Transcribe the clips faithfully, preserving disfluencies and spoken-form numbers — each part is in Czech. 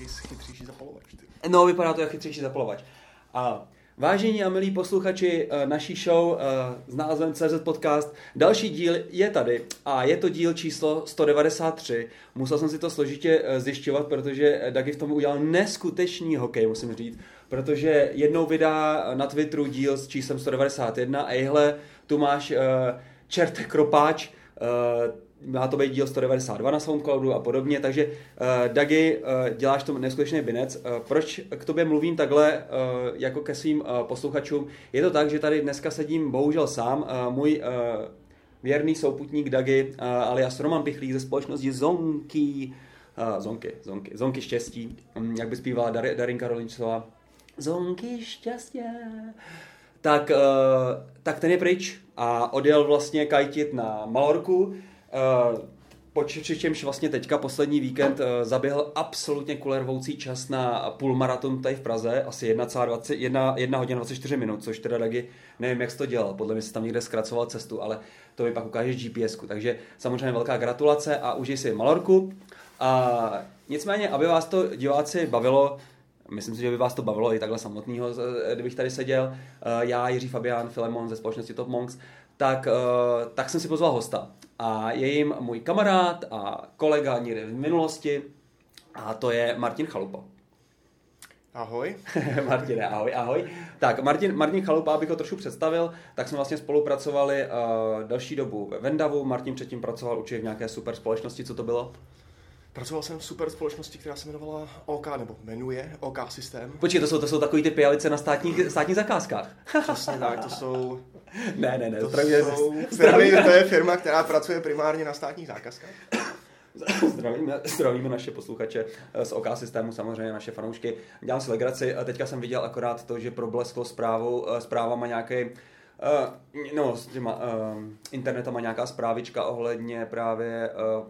chytřejší zapalovač. Ty. No, vypadá to jako chytřejší zapalovač. A vážení a milí posluchači naší show s názvem C Z Podcast, další díl je tady a je to díl číslo sto devadesát tři. Musel jsem si to složitě zjišťovat, protože Dagi v tom udělal neskutečný hokej, musím říct, protože jednou vydá na Twitteru díl s číslem sto devadesát jedna a jehle, tu máš uh, čerte kropáč, uh, má to být díl sto devadesát dva na Soundcloudu a podobně, takže uh, Dagi, uh, děláš to neskutečný binec. Uh, proč k tobě mluvím takhle uh, jako ke svým uh, posluchačům? Je to tak, že tady dneska sedím bohužel sám. Uh, můj uh, věrný souputník Dagi, uh, alias Roman Pichlík ze společnosti Zonky, uh, Zonky, Zonky, Zonky štěstí, um, jak by zpívala Dar- Darinka Rolinčová. Zonky štěstí. Tak, uh, tak ten je pryč a odjel vlastně kajtit na Malorku. Uh, Počečemž vlastně teďka poslední víkend uh, zaběhl absolutně kulervoucí čas na půlmaraton tady v Praze, asi jedna hodina dvacet čtyři minut, což teda Dagi, nevím, jak jsi to dělal, podle mě jsi tam někde zkracoval cestu, ale to mi pak ukážeš G P S ku, takže samozřejmě velká gratulace a užij si Malorku. A nicméně, aby vás to diváci bavilo, myslím si, že by vás to bavilo i takhle samotného, kdybych tady seděl, uh, já, Jiří Fabián, Filemon ze společnosti Top Monks, tak, uh, tak jsem si pozval hosta. A je jim můj kamarád a kolega někde v minulosti a to je Martin Chalupa. Ahoj. Martine, ahoj, ahoj. Tak, Martin, Martin Chalupa, abych ho trošku představil, tak jsme vlastně spolupracovali uh, další dobu ve Vendavu. Martin předtím pracoval určitě v nějaké super společnosti, co to bylo? Pracoval jsem v super společnosti, která se jmenovala O K, nebo jmenuje O K Systém. Počkej, to jsou, to jsou takový ty pijalice na státních, státních zakázkách. Přesně tak, to jsou... Ne, ne, ne. To, zdravíme, jsou firmy, to je firma, která pracuje primárně na státních zákazkách. Zdravíme, zdravíme naše posluchače z O K Systému, samozřejmě naše fanoušky. Dělám si legraci a teďka jsem viděl akorát to, že problesklo zprávou, zprávama nějaký, uh, no s těma uh, internetama nějaká zprávička ohledně právě uh,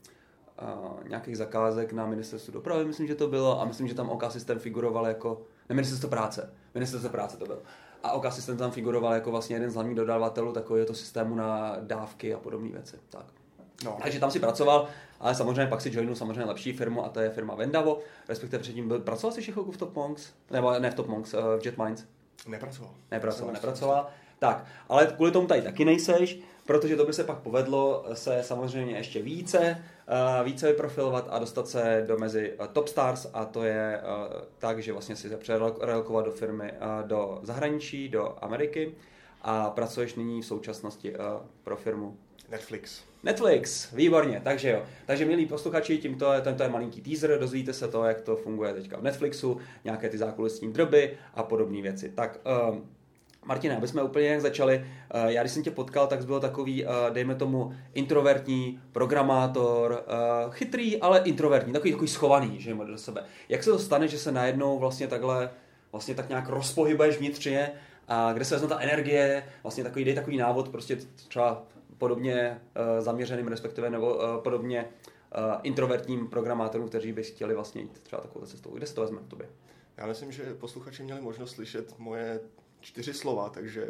uh, nějakých zakázek na ministerstvu dopravy, myslím, že to bylo, a myslím, že tam O K Systém figuroval jako, ne, ministerstvo práce, ministerstvo práce to bylo. A O K Systém tam figuroval jako vlastně jeden z hlavních dodavatelů takového systému na dávky a podobné věci. Tak. No. Takže tam si pracoval, ale samozřejmě pak si joinul samozřejmě lepší firmu a to je firma Vendavo, respektive předtím byl, pracoval jsi chvilku v Top Monks? Nebo ne v Top Monks, v Jetminds? Nepracoval. Nepracoval, nepracoval. Tak, ale kvůli tomu tady taky nejseš, protože to by se pak povedlo se samozřejmě ještě více, uh, více vyprofilovat a dostat se do mezi uh, Top Stars a to je uh, tak, že vlastně si se přerelokovat do firmy uh, do zahraničí, do Ameriky a pracuješ nyní v současnosti uh, pro firmu Netflix. Netflix, výborně, takže jo. Takže milí posluchači, tímto je, tento je malinký teaser, dozvíte se to, jak to funguje teďka v Netflixu, nějaké ty zákulisní drby a podobné věci. Tak, um, Martine, aby jsme úplně začali, uh, já když jsem tě potkal, tak jsi byl takový, uh, dejme tomu, introvertní programátor, uh, chytrý, ale introvertní, takový, takový schovaný, že do sebe. Jak se to stane, že se najednou vlastně takhle, vlastně tak nějak rozpohybuješ vnitřně a kde se vezme ta energie, vlastně takový, dej takový návod, prostě třeba podobně uh, zaměřeným, respektive nebo uh, podobně uh, introvertním programátorům, kteří by chtěli vlastně jít třeba takovou cestou. Kde se to vezme v tobě? Já myslím, že posluchači měli možnost slyšet moje čtyři slova, takže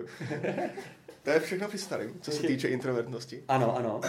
to je všechno přistarým, co se týče introvertnosti. Ano, ano.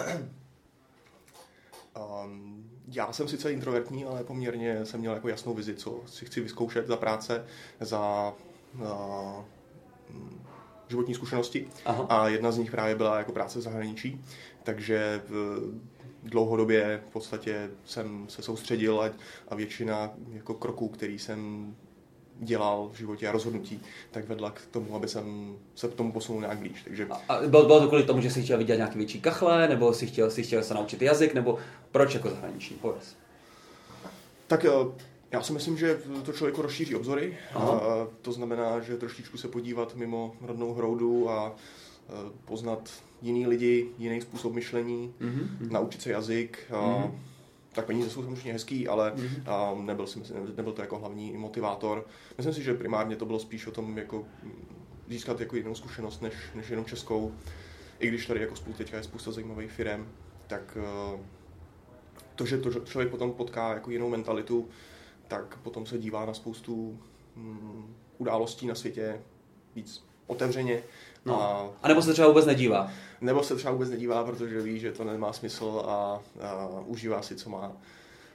Um, já jsem sice introvertní, ale poměrně jsem měl jako jasnou vizi, co si chci vyzkoušet za práce, za uh, životní zkušenosti. Aha. A jedna z nich právě byla jako práce v zahraničí, takže v dlouhodobě v podstatě jsem se soustředil a, a většina jako kroků, který jsem dělal v životě a rozhodnutí, tak vedla k tomu, aby jsem se k tomu posunul nějak blíž. Takže... A, a bylo, bylo to kvůli tomu, že jsi chtěl vidět nějaký větší kachle, nebo jsi chtěl, jsi chtěl se naučit jazyk, nebo proč jako zahraniční? Pověz. Tak já si myslím, že to člověku rozšíří obzory. A to znamená, že trošičku se podívat mimo rodnou hroudu a poznat jiný lidi, jiný způsob myšlení, mm-hmm. naučit se jazyk. Mm-hmm. Tak peníze jsou samozřejmě hezký, ale mm-hmm. nebyl, si, nebyl to jako hlavní motivátor. Myslím si, že primárně to bylo spíš o tom jako získat jako jinou zkušenost než, než jenom českou. I když tady jako spolu teďka je spousta zajímavých firem, tak to, že to člověk potom potká jako jinou mentalitu, tak potom se dívá na spoustu um, událostí na světě víc otevřeně. No. A, a nebo se třeba vůbec nedívá. Nebo se třeba vůbec nedívá, protože ví, že to nemá smysl a, a užívá si, co má.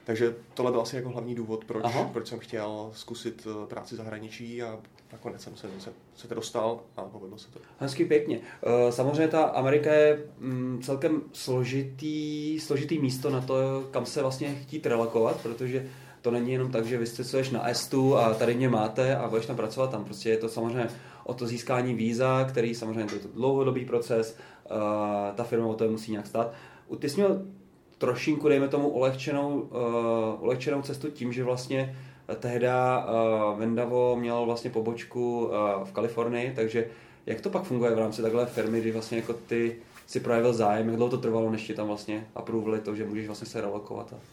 Takže tohle byl asi jako hlavní důvod, proč, proč jsem chtěl zkusit práci v zahraničí a nakonec jsem se, se, se to dostal a povedlo se to. Hezky pěkně. Samozřejmě ta Amerika je celkem složitý, složitý místo na to, kam se vlastně chtít relokovat, protože to není jenom tak, že vy cestuješ na Estu a tady mě máte a budeš tam pracovat. Tam prostě je to samozřejmě o to získání víza, který samozřejmě je to dlouhodobý proces, ta firma o to musí nějak stát. Ty jsi měl trošinku, dejme tomu, ulehčenou, uh, ulehčenou cestu tím, že vlastně tehda uh, Vendavo měl vlastně pobočku uh, v Kalifornii, takže jak to pak funguje v rámci takhle firmy, kdy vlastně jako ty si projevil zájem, jak dlouho to trvalo, než ti tam vlastně approvali to, že můžeš vlastně se relokovat? A...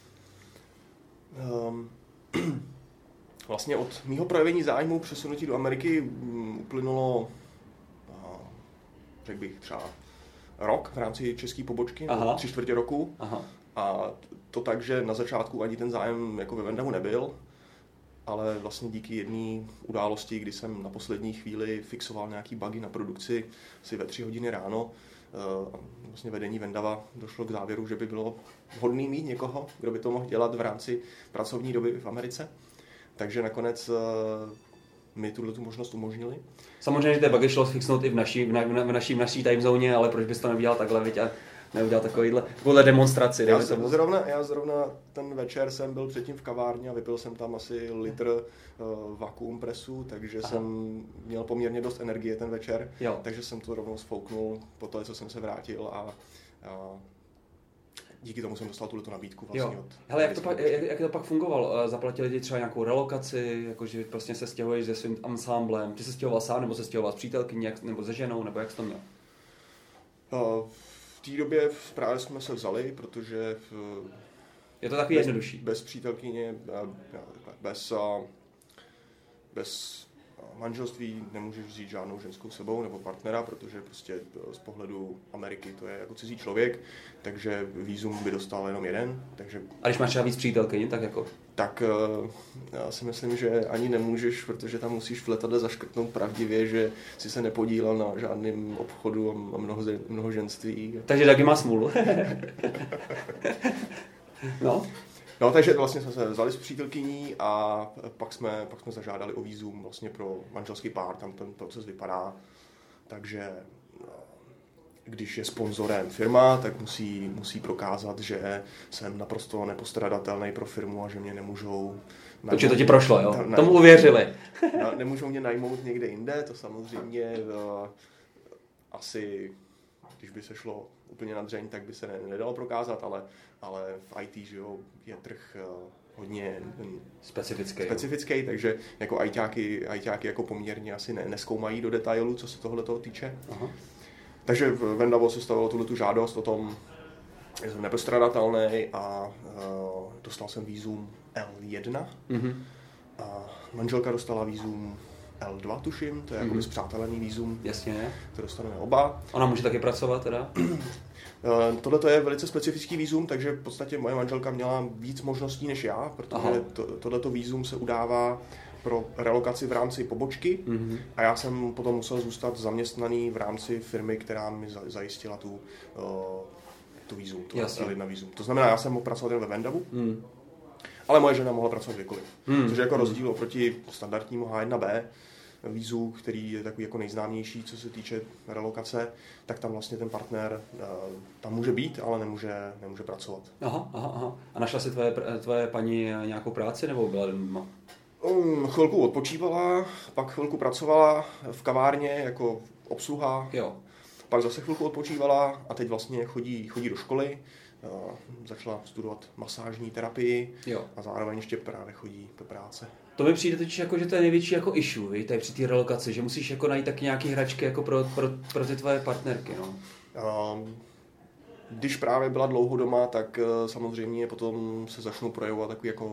Um, vlastně od mýho projevení zájmu přesunutí do Ameriky um, uplynulo, uh, řekl bych třeba rok v rámci české pobočky, tři čtvrtě roku. Aha. A to tak, že na začátku ani ten zájem jako ve Vendavu nebyl, ale vlastně díky jedné události, kdy jsem na poslední chvíli fixoval nějaký bugy na produkci, asi ve tři hodiny ráno, vlastně vedení Vendava došlo k závěru, že by bylo vhodné mít někoho, kdo by to mohl dělat v rámci pracovní doby v Americe. Takže nakonec mi tuhle možnost umožnili. Samozřejmě, že ty bugy šlo fixnout i v naší, v, na, v naší, v naší time zóně, ale proč bys to neudělal takhle, viď, a neudělal takovýhle, takovouhle demonstraci? Já, zrovna, já zrovna ten večer jsem byl předtím v kavárně a vypil jsem tam asi litr uh, vakuum presu, takže Aha. jsem měl poměrně dost energie ten večer, jo. takže jsem to rovnou sfouknul po té, co jsem se vrátil a, a díky tomu jsem dostal tuhletu nabídku vlastně od... Hele, jak to, pak, jak, jak to pak fungovalo? Zaplatili ti třeba nějakou relokaci, jakože prostě se stěhuješ se svým ansámblem, ty se stěhoval sám, nebo se stěhoval s přítelkyní, nebo se ženou, nebo jak jsi to měl? Uh, v té době právě jsme se vzali, protože... V, je to takový bez, jednodušší. Bez přítelkyně, bez, bez manželství nemůžeš vzít žádnou ženskou sebou nebo partnera, protože prostě z pohledu Ameriky to je jako cizí člověk, takže vízum by dostal jenom jeden. Takže... A když máš třeba víc přítelkyní, tak jako? Tak já si myslím, že ani nemůžeš, protože tam musíš v letadle zaškrtnout pravdivě, že si se nepodílel na žádném obchodu a mnoho, mnohoženství. Takže taky má smůlu. No. No, takže vlastně jsme se vzali s přítelkyní a pak jsme, pak jsme zažádali o vízum vlastně pro manželský pár, tam ten proces vypadá. Takže když je sponzorem firma, tak musí, musí prokázat, že jsem naprosto nepostradatelný pro firmu a že mě nemůžou... Takže to ti prošlo, jo? Na, Tomu uvěřili. Na, nemůžou mě najmout někde jinde, to samozřejmě uh, asi, když by se šlo úplně na dřeň, tak by se ne, nedalo prokázat, ale, ale v í té, že jo, je trh uh, hodně specifický, specifický takže jako ajťáky, ajťáky jako poměrně asi ne, neskoumají do detailu, co se tohletoho týče. Aha. Takže Vendavo sestavilo tuhletu žádost o tom, že jsem nepostradatelný a uh, dostal jsem vízum el jedna. Mm-hmm. A manželka dostala vízum el dva, tuším, to je mm-hmm. jako spřátelený vízum. Jasně. To dostaneme oba. Ona může taky pracovat teda? Tohle to je velice specifický vízum, takže v podstatě moje manželka měla víc možností než já, protože to, tohleto vízum se udává pro relokaci v rámci pobočky mm-hmm. a já jsem potom musel zůstat zaměstnaný v rámci firmy, která mi zajistila tu, uh, tu vízum, tu el jedna vízum. To znamená, já jsem mohl pracovat jen ve Vendavu, mm. ale moje žena mohla pracovat kdekoliv. Mm. Což je jako rozdíl oproti standardnímu há jedna bé vízu, který je takový jako nejznámější, co se týče relokace, tak tam vlastně ten partner uh, tam může být, ale nemůže, nemůže pracovat. Aha, aha, aha. A našla si tvoje, tvoje paní nějakou práci, nebo byla doma? Um, chvilku odpočívala, pak chvilku pracovala v kavárně jako obsluha, jo. Pak zase chvilku odpočívala a teď vlastně chodí, chodí do školy, uh, začala studovat masážní terapii jo. a zároveň ještě právě chodí do práce. To mi přijde totiž jako, že to je největší jako issue, víš, tady při té relokaci, že musíš jako najít taky nějaký hračky jako pro, pro, pro ty tvoje partnerky, no. Um, když právě byla dlouho doma, tak uh, samozřejmě potom se začnou projevovat takový jako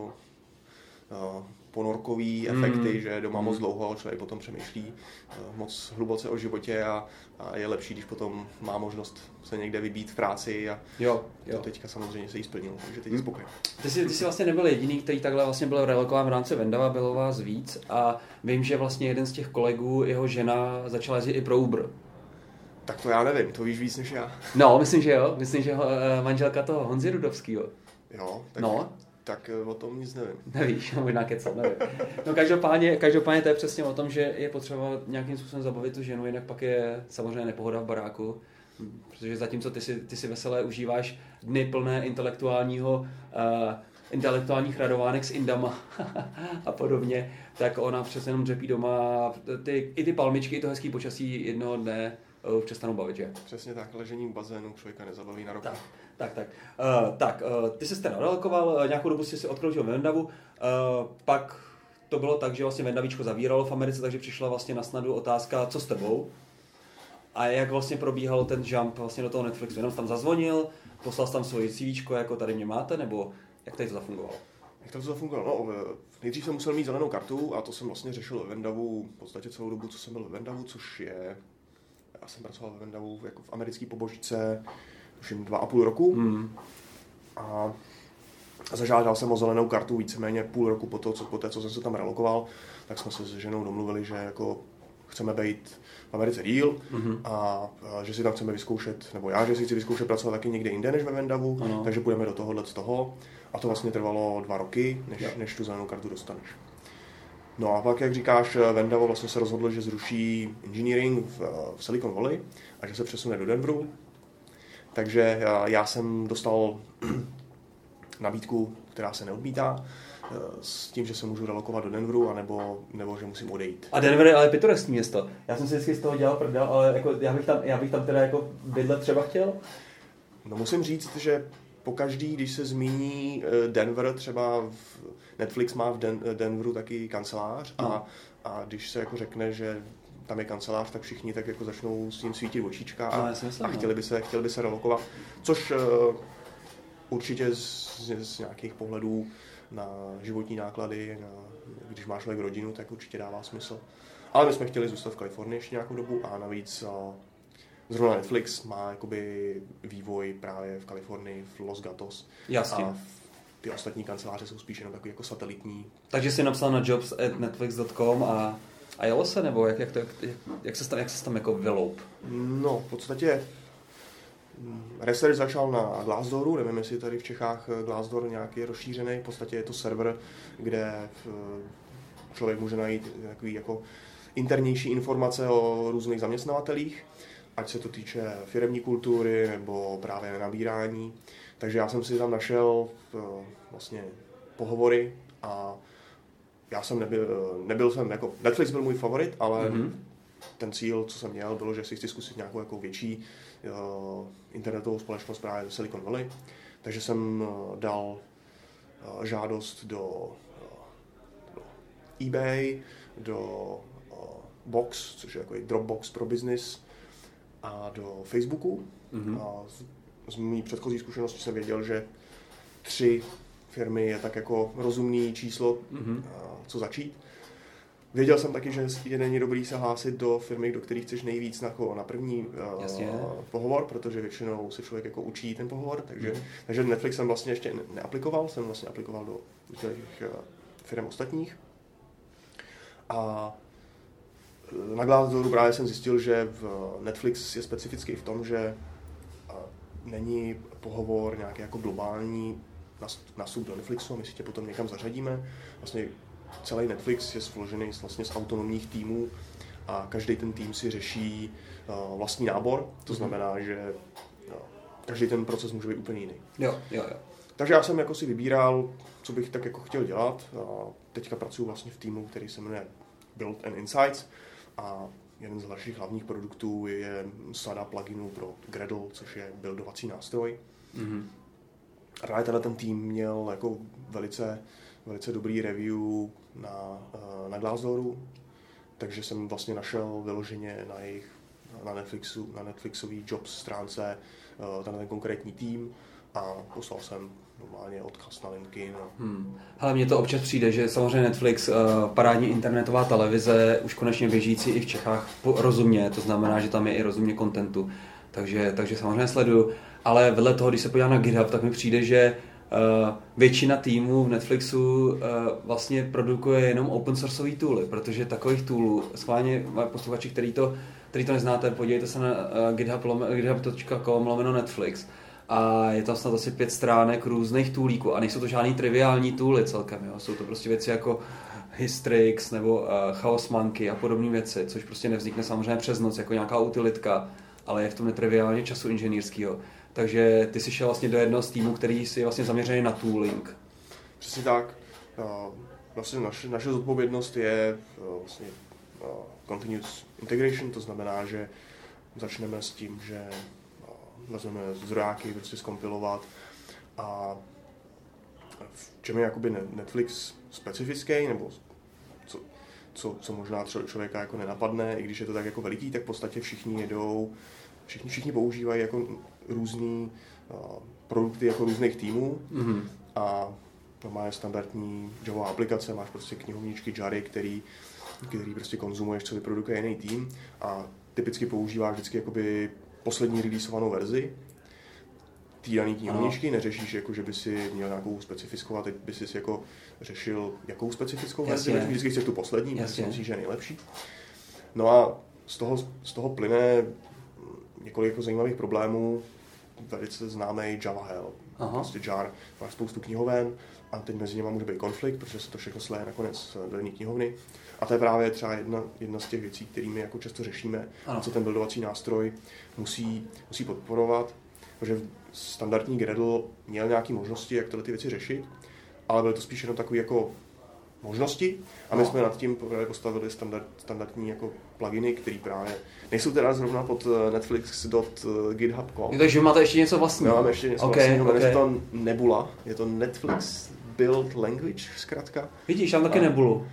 uh, ponorkový efekty, mm. že doma mm. moc dlouho člověk potom přemýšlí uh, moc hluboce o životě a, a je lepší, když potom má možnost se někde vybít v práci a jo, jo. to teďka samozřejmě se jí splnilo, takže teď je mm. spokojen. Ty jsi, ty jsi vlastně nebyl jediný, který takhle vlastně byl relokován v rámci Vendava, bylo vás víc a vím, že vlastně jeden z těch kolegů, jeho žena začala jezdit i pro Uber. Tak to já nevím, to víš víc než já. No, myslím, že jo, myslím, že ho, manželka toho Honzy Rudovskýho. Jo, tak... No, Tak o tom nic nevím. Nevíš, možná kecam, nevím. No každopádně, každopádně to je přesně o tom, že je potřeba nějakým způsobem zabavit tu ženu, jinak pak je samozřejmě nepohoda v baráku. Protože zatímco ty si, ty si veselé užíváš dny plné intelektuálního, uh, intelektuálních radovánek s indama a podobně, tak ona přesně jenom dřepí doma. Ty, I ty palmičky, i to hezký počasí jednoho dne uh, přestanou bavit, že? Přesně tak, ležením v bazénu člověka nezabaví na roky. Tak, tak, tak. Uh, tak uh, ty jsi teda relokoval, nějakou dobu jsi si odkroutil Vendavu, uh, pak to bylo tak, že vlastně Vendavíčko zavíralo v Americe, takže přišla vlastně na snadu otázka, co s tebou? A jak vlastně probíhal ten jump vlastně do toho Netflixu? Jenom jsi tam zazvonil, poslal jsi tam svoji CVčko, jako tady mě máte, nebo jak tady to zafungovalo? Jak to zafungovalo? No, nejdřív jsem musel mít zelenou kartu a to jsem vlastně řešil ve Vendavu v podstatě celou dobu, co jsem byl ve Vendavu, což je... Já jsem pracoval ve Vendavu jako v americké pobočce už jen dva a půl roku. Hmm. A zažádal jsem o zelenou kartu víceméně půl roku po, to, co, po té, co jsem se tam relokoval, tak jsme se s ženou domluvili, že jako chceme být v Americe díl mm-hmm. a, a že si tam chceme vyzkoušet, nebo já, že si chci vyzkoušet pracovat taky někde jinde než ve Vendavu, ano. Takže půjdeme do tohohle z toho. A to vlastně trvalo dva roky, než, než tu zelenou kartu dostaneš. No a pak, jak říkáš, Vendavo vlastně se rozhodl, že zruší engineering v, v Silicon Valley a že se přesune do Denveru. Takže já, já jsem dostal nabídku, která se neodmítá, s tím, že se můžu relokovat do Denveru, anebo, nebo že musím odejít. A Denver je ale pitoreskní město. Já jsem si vždycky z toho dělal prdel, ale jako já, bych tam, já bych tam teda jako bydlet třeba chtěl. No musím říct, že pokaždý, když se zmíní Denver, třeba v Netflix má v Den- Denveru taky kancelář a, a když se jako řekne, že tam je kancelář, tak všichni tak jako začnou s tím svítit očíčka a, no, myslím, a chtěli, by se, chtěli by se relokovat. Což uh, určitě z, z nějakých pohledů na životní náklady, na, když máš člověk rodinu, tak určitě dává smysl. Ale my jsme chtěli zůstat v Kalifornii ještě nějakou dobu a navíc uh, zrovna Netflix má jakoby vývoj právě v Kalifornii, v Los Gatos. Jasně. A ty ostatní kanceláře jsou spíš jenom takový jako satelitní. Takže jsi napsal na jobs at netflix dot com a, a jelo se, nebo jak, jak, to, jak, jak se tam, jak se tam jako vyloup? No, v podstatě research začal na Glassdooru, nevím, jestli tady v Čechách Glassdoor nějaký je rozšířený, v podstatě je to server, kde člověk může najít takový jako internější informace o různých zaměstnavatelích, ať se to týče firemní kultury nebo právě nabírání. Takže já jsem si tam našel vlastně pohovory a já jsem nebyl, nebyl jsem jako, Netflix byl můj favorit, ale mm-hmm. ten cíl, co jsem měl, bylo, že si chci zkusit nějakou jako větší uh, internetovou společnost právě v Silicon Valley. Takže jsem uh, dal uh, žádost do, uh, do eBay, do uh, Box, což je jako Dropbox pro business, a do Facebooku. Mm-hmm. A z, z mý předchozí zkušenosti jsem věděl, že tři firmy je tak jako rozumný číslo, mm-hmm. uh, co začít. Věděl jsem taky, že je není dobrý se hlásit do firmy, do kterých chceš nejvíc na, na první uh, pohovor, protože většinou se člověk jako učí ten pohovor, takže, mm. takže Netflix jsem vlastně ještě neaplikoval, jsem vlastně aplikoval do těch uh, firm ostatních. A na Glassdooru právě jsem zjistil, že v Netflix je specifický v tom, že uh, není pohovor nějaký jako globální nastup do Netflixu, my si tě potom někam zařadíme. Vlastně celý Netflix je složený vlastně z autonomních týmů a každý ten tým si řeší uh, vlastní nábor, to znamená, že uh, každý ten proces může být úplně jiný. Jo, jo, jo. Takže já jsem jako si vybíral, co bych tak jako chtěl dělat. A teďka pracuji vlastně v týmu, který se jmenuje Build and Insights a jeden z našich hlavních produktů je sada pluginů pro Gradle, což je buildovací nástroj. Mm-hmm. A právě tenhle ten tým měl jako velice velice dobrý review na, na Glassdooru, takže jsem vlastně našel vyloženě na jejich, na Netflixu, na Netflixový jobs stránce ten, ten konkrétní tým a poslal jsem normálně odkaz na LinkedIn. Hmm. Hele, mně to občas přijde, že samozřejmě Netflix, parádní internetová televize, už konečně běžící i v Čechách rozumně, to znamená, že tam je i rozumně kontentu, takže, takže samozřejmě sleduju, ale vedle toho, když se podívám na GitHub, tak mi přijde, že Uh, většina týmů v Netflixu uh, vlastně produkuje jenom open sourceový tooly, protože takových toolů, schválně posluchači, který to, který to neznáte, podívejte se na uh, github dot com lomeno Netflix a je tam snad asi pět stránek různých toolíků a nejsou to žádný triviální tooly celkem, jo. Jsou to prostě věci jako Hystrix nebo uh, Chaos Monkey a podobné věci, což prostě nevznikne samozřejmě přes noc jako nějaká utilitka, ale je v tom netriviálně času inženýrského. Takže ty jsi šel vlastně do jednoho z týmů, který si je vlastně zaměřený na tooling. Přesně tak. Vlastně naše, naše zodpovědnost je vlastně continuous integration, to znamená, že začneme s tím, že vezmeme zdrojáky, prostě zkompilovat a v čem je jakoby Netflix specifický, nebo co, co, co možná člověka jako nenapadne, i když je to tak jako veliký, tak v podstatě všichni jedou, všichni, všichni používají jako různý uh, produkty jako různých týmů mm-hmm. a máš standardní Java aplikace, máš prostě knihovničky, jary, který, který prostě konzumuješ, co vyprodukuje jiný tým a typicky používáš vždycky jakoby poslední releaseovanou verzi té dané knihovničky, neřešíš, jako, že by si měl nějakou specifickou a teď by si jako řešil, jakou specifickou verzi, vždycky chceš tu poslední, protože si myslíš, že je nejlepší. No a z toho, z toho plyne několik jako zajímavých problémů, velice známý Java Hell, Aha. prostě jar, máš spoustu knihoven a teď mezi nimi může být konflikt, protože se to všechno sleje nakonec do jedné knihovny. A to je právě třeba jedna, jedna z těch věcí, kterými jako často řešíme, ano. co ten buildovací nástroj musí, musí podporovat, protože standardní Gradle měl nějaké možnosti, jak tyhle ty věci řešit, ale byly to spíš jenom takové jako možnosti a my no. jsme nad tím postavili standard, standardní jako pluginy, které právě nejsou teda zrovna pod netflix tečka github tečka com. Takže máte ještě něco vlastního? Máme ještě něco okay, vlastního, okay. je to Nebula, je to Netflix Build Language zkrátka. Vidíš, tam taky a... Nebulu.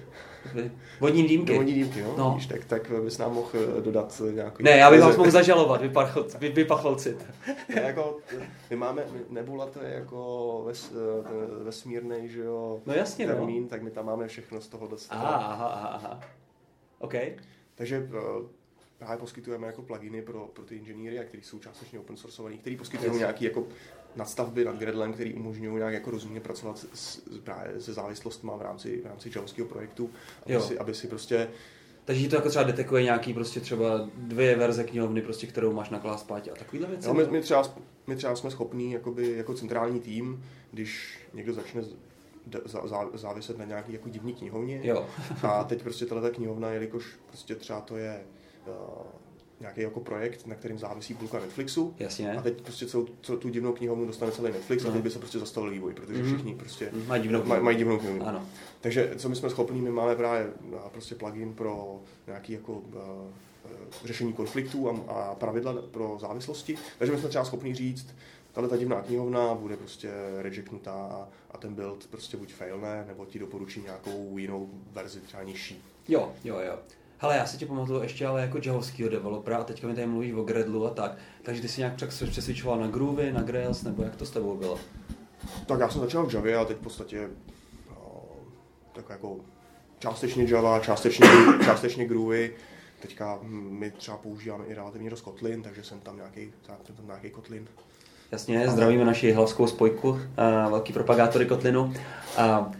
Vodní dýmky. Vodní dýmky, no. no. Víš, tak, tak bys nám mohl dodat nějaký... Ne, já bych vás mohl zažalovat, vypacholcit. Jako, my máme, Nebula to je jako ves, vesmírnej, že jo, no jasně, termín, no. tak my tam máme všechno z toho dost. Aha, aha, aha. OK. Takže právě poskytujeme jako pluginy pro, pro ty inženýry, který jsou částečně open sourceovaný, který poskytují nějaký jako nadstavby nad Gradlem, který umožňují nějak jako rozumně pracovat s, právě se závislostmi v rámci, v rámci javského projektu, aby si, aby si prostě... Takže to jako třeba detekuje nějaký prostě třeba dvě verze knihovny, prostě, kterou máš na Classpátě a takovýhle věci? Jo, my, my, třeba, my třeba jsme schopní jakoby, jako centrální tým, když někdo začne zá, zá, záviset na nějaký jako divný knihovně jo. a teď prostě tato knihovna, jelikož prostě třeba to je uh, nějaký jako projekt, na kterým závisí půlka Netflixu. Jasně. A teď prostě celou, celou tu divnou knihovnu dostane celý Netflix no. a teď by se prostě zastavil vývoj, protože mm. všichni prostě mm. mají divnou, maj, mají divnou knihovnu. Ano. Takže co my jsme schopní, my máme právě prostě plugin pro nějaký jako uh, řešení konfliktů a, a pravidla pro závislosti. Takže my jsme třeba schopni říct, tahle ta divná knihovna bude prostě rejectnutá a, a ten build prostě buď failne, nebo ti doporučí nějakou jinou verzi třeba nižší. Jo, jo, jo. Hele, já si tě pamatuju ještě ale jako javovského developera a teďka mi tady mluvíš o Gradlu a tak. Takže ty jsi nějak přesvědčoval na Groovy, na Grails, nebo jak to s tebou bylo? Tak já jsem začal v Javě a teď v podstatě no, tak jako částečně Java, částečně, částečně Groovy. Teďka my třeba používáme i relativně dost Kotlin, takže jsem tam nějaký, tam nějaký Kotlin. Jasně, ale... zdravíme naši jihlavskou spojku, a velký propagátory Kotlinu. A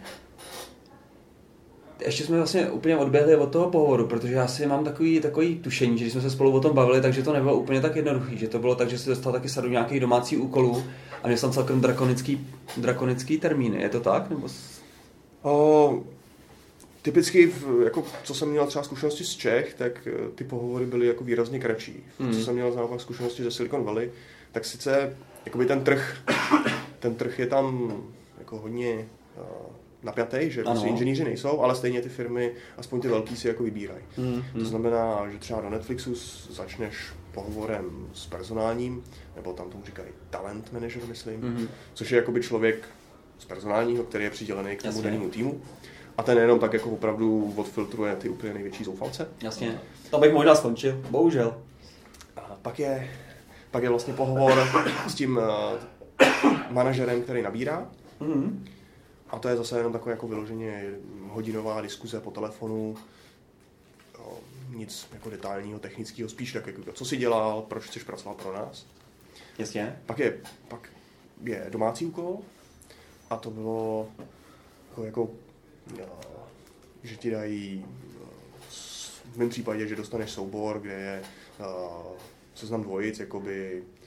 ještě jsme vlastně úplně odběhli od toho pohovoru, protože já si mám takový, takový tušení, že když jsme se spolu o tom bavili, takže to nebylo úplně tak jednoduchý, že to bylo tak, že si dostal taky sadu nějakých domácích úkolů a měl jsem celkem drakonický, drakonický termíny. Je to tak? Nebo... O, typicky, jako, co jsem měl třeba zkušenosti z Čech, tak ty pohovory byly jako výrazně kratší. Hmm. Co jsem měl naopak zkušenosti ze Silicon Valley, tak sice jakoby ten trh, ten trh je tam jako hodně napjatý, že prostě inženýři nejsou, ale stejně ty firmy, aspoň ty velký, si jako vybírají. Mm, to znamená, že třeba do Netflixu začneš pohovorem s personálním, nebo tam tomu říkají talent manager, myslím, mm. což je jakoby člověk z personálního, který je přidělený k tomu danému týmu. A ten jenom tak jako opravdu odfiltruje ty úplně největší zoufalce. Jasně. To bych možná skončil, bohužel. A pak je, pak je vlastně pohovor s tím uh, manažerem, který nabírá. Mm. A to je zase jenom takové jako vyloženě hodinová diskuze po telefonu, jo, nic jako detailního, technického, spíš tak jako co jsi dělal, proč chceš pracovat pro nás. Jasně. Pak je, pak je domácí úkol a to bylo jako, jako jo, že ti dají, v mém případě, že dostaneš soubor, kde je uh, seznam dvojic, jakoby uh,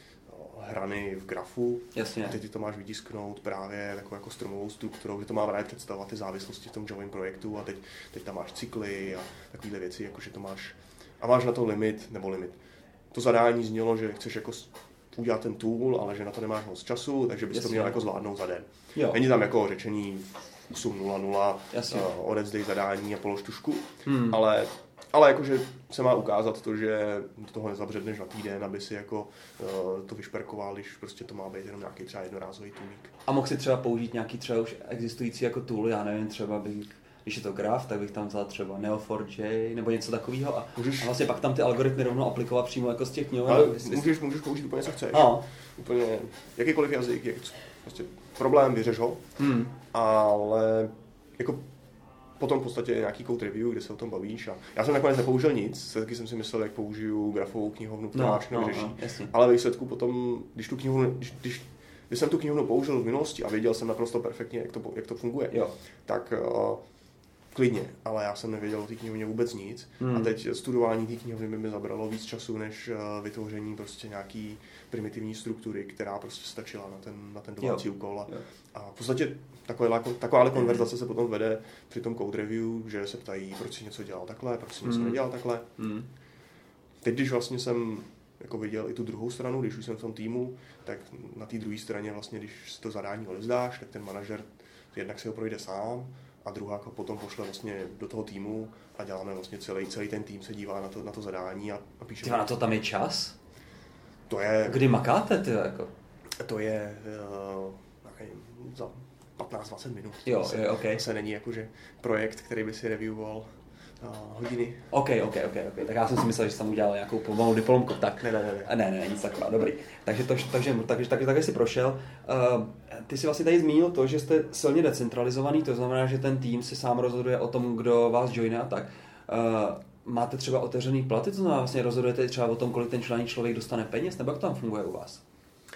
hrany v grafu. Jasně. A teď ty to máš vytisknout právě jako, jako stromovou strukturou, kde to má právě představovat ty závislosti v tom Javovém projektu a teď, teď tam máš cykly a takovéhle věci, jakože to máš a máš na to limit, nebo limit. To zadání znělo, že chceš jako udělat ten tool, ale že na to nemáš moc času, takže bys Jasně. to měl jako zvládnout za den. Jo. Není tam jako řečení osm nula nula, uh, odevzdej zadání a polož tušku, hmm. ale, ale jakože se má ukázat to, že do toho nezabředneš na týden, aby si jako uh, to vyšperkoval, když prostě to má být jenom nějaký třeba jednorázový tooling. A mohl si třeba použít nějaký třeba už existující jako tool, já nevím, třeba bych, když je to graf, tak bych tam vzal třeba Neo four J nebo něco takového a, můžeš, a vlastně pak tam ty algoritmy rovnou aplikovat přímo jako z těch knih. Můžeš, můžeš použít úplně co chceš. A. Úplně jakýkoliv jazyk, jak, prostě problém, vyřeš ho, hmm. ale jako potom v podstatě nějaký code review, kde se o tom bavíš. A já jsem nakonec nepoužil nic, taky jsem si myslel, jak použiju grafovou knihovnu, která no, všechno vyřeší. No, no, ale ve výsledku potom, když tu knihovnu, když, když, když jsem tu knihovnu použil v minulosti a věděl jsem naprosto perfektně, jak to, jak to funguje, jo. tak uh, klidně, ale já jsem nevěděl o té knihovně vůbec nic. Hmm. A teď studování té knihovny by mi zabralo víc času, než uh, vytvoření prostě nějaký primitivní struktury, která prostě stačila na ten, na ten domácí jo. úkol. A, a v podstatě taková, taková konverzace se potom vede při tom code review, že se ptají, proč si něco dělal takhle, proč si něco hmm. nedělal takhle. Hmm. Teď, když vlastně jsem jako viděl i tu druhou stranu, když už jsem v tom týmu, tak na té druhé straně vlastně, když si to zadání odevzdáš, tak ten manažer jednak si ho projde sám, a druhá potom pošle vlastně do toho týmu a děláme vlastně celý, celý ten tým se dívá na to, na to zadání a, a píše. Tyva, na to tam je čas? To je... Kdy makáte, ty jako? To je uh, nevím, za patnáct dvacet minut. Jo, to se, jo, okay. to se není jakože projekt, který by si reviewoval uh, hodiny. OK, OK, OK, OK. Tak já jsem si myslel, že jsem tam udělal nějakou pomalou diplomku. Tak. Ne, ne, ne. Ne, ne, nic takového, dobrý. Takže, to, takže, takže, takže takhle jsi prošel. Uh, ty jsi vlastně tady zmínil to, že jste silně decentralizovaný, to znamená, že ten tým si sám rozhoduje o tom, kdo vás joine a tak. Uh, máte třeba otevřený platy, to znamená vlastně rozhodujete třeba o tom, kolik ten člený člověk dostane peněz, nebo jak to tam funguje u vás?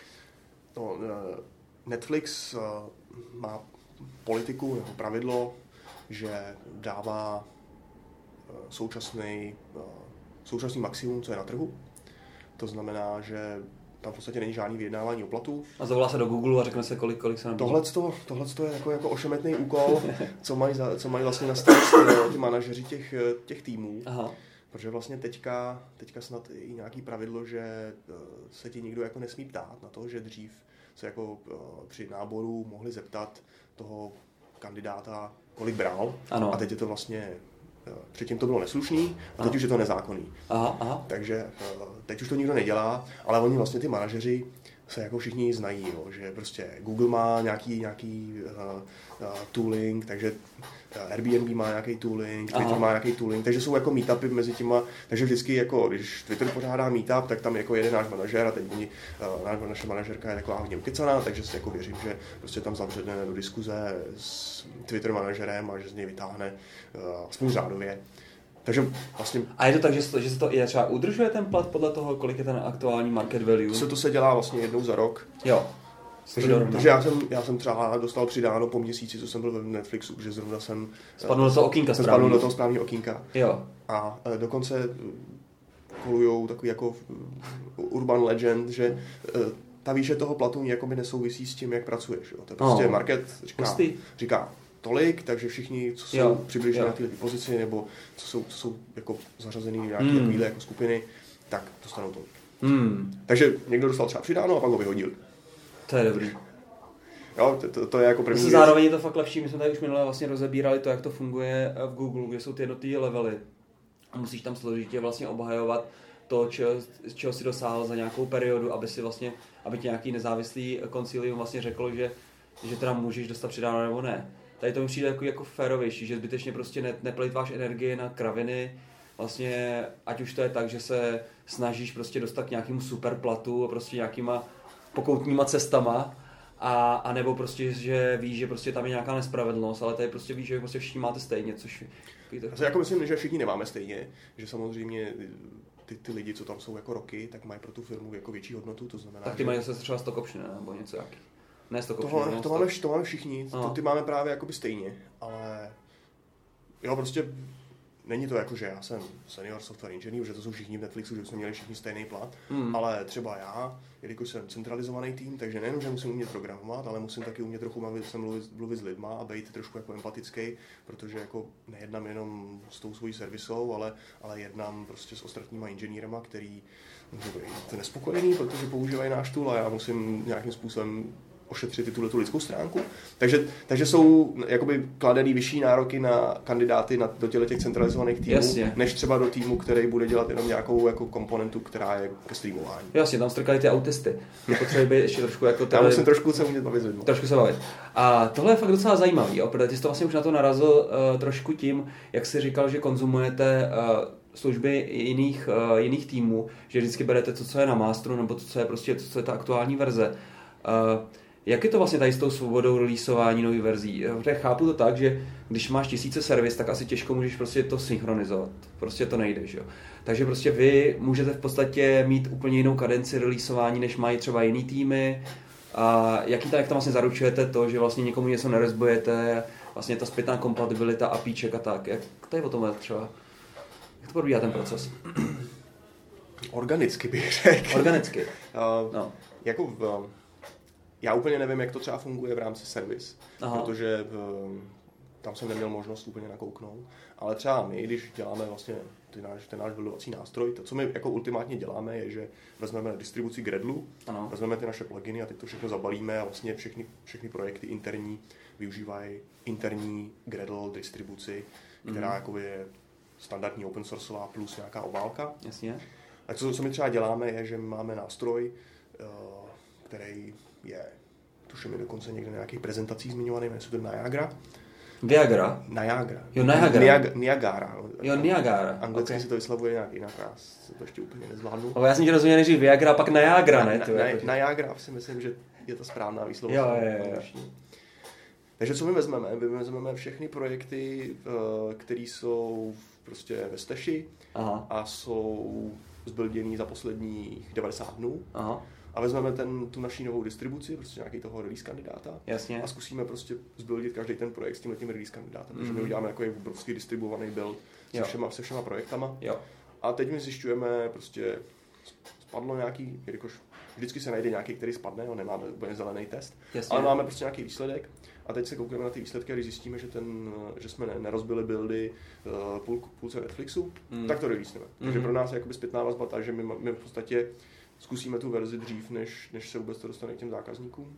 No, uh, Netflix uh, má politiku nebo pravidlo, že dává uh, současný, uh, současný maximum, co je na trhu. To znamená, že tam v podstatě není žádný vyjednávání o platu. A zavolá se do Google a řekne se, kolik, kolik se nabízí. Tohle je jako, jako ošemetný úkol, co mají, za, co mají vlastně na starost ty manažeři těch, těch týmů. Aha. Protože vlastně teďka, teďka snad i nějaký pravidlo, že se ti nikdo jako nesmí ptát na to, že dřív se jako při náboru mohli zeptat toho kandidáta, kolik bral. Ano. A teď je to vlastně... Předtím to bylo neslušný a teď aha. už je to nezákonný. Aha, aha. Takže teď už to nikdo nedělá, ale oni vlastně ty manažeři se jako všichni znají, jo, že prostě Google má nějaký, nějaký uh, uh, tooling, takže uh, Airbnb má nějaký tooling, Twitter aha. má nějaký tooling, takže jsou jako meetupy mezi těma, takže vždycky jako, když Twitter pořádá meetup, tak tam jako jede náš manažer a teď oni, uh, naše manažerka je taková hodně ukecaná, takže si jako věřím, že prostě tam zavředne do diskuze s Twitter manažerem a že z něj vytáhne uh, aspoň řádově. Takže vlastně... A je to tak, že se to, že se to je třeba udržuje ten plat podle toho, kolik je ten aktuální market value? Se to se dělá vlastně jednou za rok. Jo. Takže, takže já, jsem, já jsem třeba dostal přidáno po měsíci, co jsem byl ve Netflixu, že zrovna jsem... Spadnul do toho okýnka správně. Spadnul do toho správního okýnka. Jo. A dokonce kolujou takový jako urban legend, že ta výše toho platu jakoby nesouvisí s tím, jak pracuješ. Jo. To je prostě oh. market říká, říká tolik, takže všichni, co jsou jo, přibližně jo. na této pozici, nebo co jsou, co jsou jako zařazený nějaké mm. takovéhle jako skupiny, tak dostanou tolik. Mm. Takže někdo dostal třeba přidáno a pak ho vyhodil. To je dobrý. Jo, to, to, to je jako první věc. Zároveň je to fakt lepší, my jsme tady už minule vlastně rozebírali to, jak to funguje v Google, kde jsou ty jednotlivé levely. A musíš tam složitě vlastně obhajovat to, čeho, čeho si dosáhl za nějakou periodu, aby si vlastně, aby ti nějaký nezávislý koncilium vlastně řeklo, že, že teda můžeš dostat přidáno nebo ne. Tady to mi přijde jako, jako férovější, že zbytečně prostě ne, neplejtváš energii na kraviny, vlastně ať už to je tak, že se snažíš prostě dostat k nějakému superplatu a prostě nějakýma pokoutníma cestama, a, a nebo prostě, že víš, že prostě tam je nějaká nespravedlnost, ale tady prostě víš, že prostě všichni máte stejně, což... Já jako myslím, že všichni nemáme stejně, že samozřejmě ty, ty lidi, co tam jsou jako roky, tak mají pro tu firmu jako větší hodnotu, to znamená, tak ty že... mají zase třeba stock option, nebo něco jaký. Ne stock option, to, to, máme, to máme všichni, to, ty máme právě jakoby stejně, ale jo, prostě není to jako, že já jsem senior software engineer, že to jsou všichni v Netflixu, že jsme měli všichni stejný plat, mm. ale třeba já, jelikož jsem centralizovaný tým, takže nejenom, že musím umět programovat, ale musím taky umět trochu mluvit, mluvit, mluvit s lidma a být trošku jako empatický, protože jako nejednám jenom s tou svojí servisou, ale, ale jednám prostě s ostatníma inženýrama, který může být nespokojený, protože používají náš tool a já musím nějakým způsobem ošetřit tu, tu lidskou stránku. Takže, takže jsou jakoby kladený vyšší nároky na kandidáty na, do těch centralizovaných týmů, Jasně. než třeba do týmu, který bude dělat jenom nějakou jako komponentu, která je ke streamování. Jasně, tam strkali ty autisty. Potřebuje být ještě trošku jako... Tam musím trošku se umět bavit s lidmi. Trošku se bavit. A tohle je fakt docela zajímavý, jo, protože ty jsi to vlastně už na to narazil uh, trošku tím, jak jsi říkal, že konzumujete uh, služby jiných, uh, jiných týmů, že vždycky berete to, co je na masteru, nebo to, co je prostě to, co je ta aktuální verze. Uh, Jak je to vlastně tady s tou svobodou releaseování nových verzí? Protože chápu to tak, že když máš tisíce servis, tak asi těžko můžeš prostě to synchronizovat. Prostě to nejde, že jo. Takže prostě vy můžete v podstatě mít úplně jinou kadenci releaseování, než mají třeba jiný týmy. A jaký tam, jak tam vlastně zaručujete to, že vlastně někomu něco nerezbujete, vlastně ta zpětná kompatibilita APIček a tak. Jak tady o tom třeba? Jak to probíhá ten proces? Organicky bych řekl. Organicky. uh, no. Jako v, já úplně nevím, jak to třeba funguje v rámci servis, Aha. protože v, tam jsem neměl možnost úplně nakouknout, ale třeba my, když děláme vlastně ty náš, ten náš buildovací nástroj, to, co my jako ultimátně děláme, je, že vezmeme distribuci Gradlu, ano. vezmeme ty naše pluginy a teď to všechno zabalíme a vlastně všechny, všechny projekty interní využívají interní Gradle distribuci, která mm. jako je standardní open sourceová plus nějaká obálka. Jasně. A co, co my třeba děláme, je, že máme nástroj, který je, tuším je dokonce někde na nějakých prezentacích zmiňovaný, jmenuje se to Niagara. Viagra? Niagara. Jo, Niagara. Niag- Niagara. Jo, Niagara. Anglicky okay. se to vyslovuje nějak jinak, já se to ještě úplně nezvládnu. Ale já jsem ti rozuměl nejdřív Viagra, pak Niagara, ne? Na, na, jako, Niagara si myslím, že je ta správná výslovnost. Jo, jo, jo. Takže co my vezmeme? My vezmeme všechny projekty, které jsou prostě ve steši a jsou zbuilděný za posledních devadesát dnů. Aha. A vezmeme ten, tu naší novou distribuci, prostě nějaký toho release kandidáta. Jasně. A zkusíme prostě zbuildit každý ten projekt s tímhletím release kandidátem. Mm. Takže my uděláme jako obrovský distribuovaný build se všema, se všema projektama. Jo. A teď my zjišťujeme, prostě spadlo nějaký, jelikož vždycky se najde nějaký, který spadne, no, nemáme úplně zelený test, Jasně. ale máme prostě nějaký výsledek. A teď se koukneme na ty výsledky a když zjistíme, že, ten, že jsme nerozbili buildy uh, půl, půlce Netflixu, mm. tak to releaseneme. Mm. Takže pro nás je jakoby zpětná vazba ta, že my, my v podstatě zkusíme tu verzi dřív, než, než se vůbec to dostane k těm zákazníkům.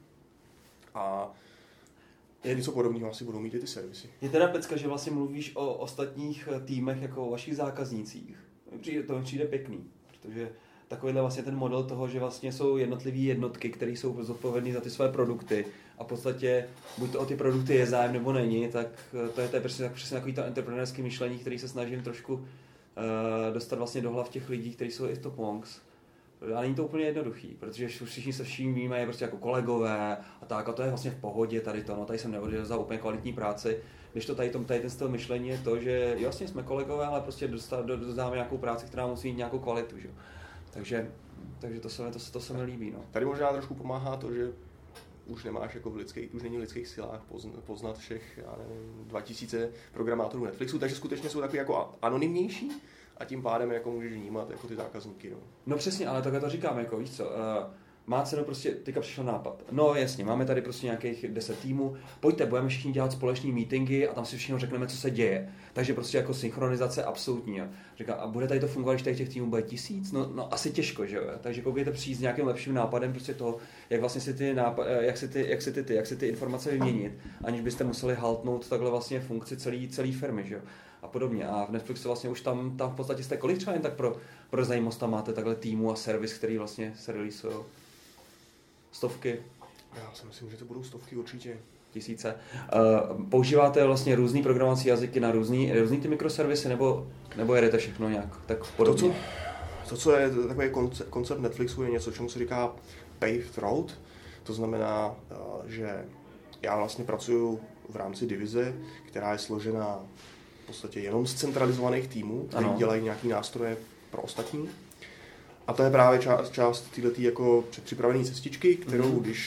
A je něco podobného asi budou mít i ty servisy. Je teda pecka, že vlastně mluvíš o ostatních týmech jako o vašich zákaznících. To mi přijde pěkný, protože takovýhle vlastně ten model toho, že vlastně jsou jednotlivé jednotky, které jsou zodpovědné za ty své produkty a v podstatě buď to o ty produkty je zájem nebo není, tak to je, to je přesně, přesně takový to entrepreneurské myšlení, který se snažím trošku uh, dostat vlastně do hlav těch lidí, kteří jsou i v Top Monks. A není to úplně jednoduchý, protože všichni se vším víme, je prostě jako kolegové a tak, a to je vlastně v pohodě tady to, no tady jsem neodjel za úplně kvalitní práci, když to tady, tom, tady ten styl myšlení je to, že jasně jsme kolegové, ale prostě dostáváme nějakou práci, která musí mít nějakou kvalitu, že? Takže, takže to se, to, to se mi líbí, no. Tady možná trošku pomáhá to, že už nemáš jako v lidských, už není v lidských silách poznat všech, já nevím, dva tisíce programátorů Netflixu, takže skutečně jsou takový jako anonymnější. A tím pádem jako můžeš vnímat jako ty zákazníky. No, no přesně, ale takhle to říkám, jako víš co, uh, má cenu prostě, teďka přišel nápad. No jasně, máme tady prostě nějakých deset týmů, pojďte, budeme všichni dělat společný meetingy a tam si všichni řekneme, co se děje. Takže prostě jako synchronizace absolutní. Jo. Říká, a bude tady to fungovat, když tady těch týmů bude tisíc? No, no asi těžko, že jo. Takže koukejte přijít s nějakým lepším nápadem prostě toho, jak vlastně si ty, nápad, jak si ty, jak si ty, ty, jak si ty informace vyměnit, aniž byste museli haltnout takhle vlastně funkci celé celé firmy, že jo. A podobně. A v Netflixu vlastně už tam, tam v podstatě jste kolik třeba jen tak pro, pro zajímavost tam máte takhle týmu a servis, který vlastně se releasují? Stovky? Já si myslím, že to budou stovky určitě. Tisíce. Uh, používáte vlastně různý programovací jazyky na různý, různý ty mikroservisy, nebo, nebo jedete všechno nějak tak podobně? To, co, to, co je takový koncept, koncept Netflixu, je něco, čemu se říká paved road. To znamená, že já vlastně pracuji v rámci divize, která je složena v podstatě jenom z centralizovaných týmů, kteří dělají nějaký nástroje pro ostatní. A to je právě část, část této jako předpřipravené cestičky, kterou mm. když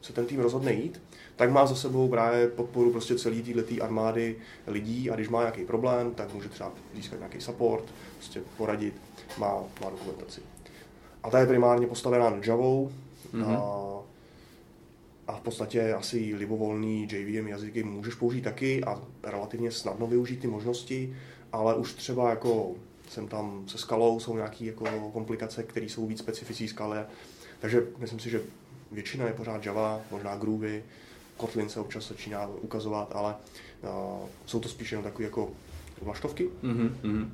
se ten tým rozhodne jít, tak má za sebou právě podporu prostě celé této armády lidí a když má nějaký problém, tak může třeba získat nějaký support, prostě poradit, má, má dokumentaci. A ta je primárně postavená nad Javou mm-hmm. a, a v podstatě asi libovolný J V M jazyky můžeš použít taky a relativně snadno využít ty možnosti, ale už třeba jako jsem tam se skalou, jsou nějaké jako komplikace, které jsou víc specifické skaly, takže myslím si, že většina je pořád Java, možná Groovy, Kotlin se občas začíná ukazovat, ale uh, jsou to spíš jenom takové jako vlaštovky. Mm-hmm.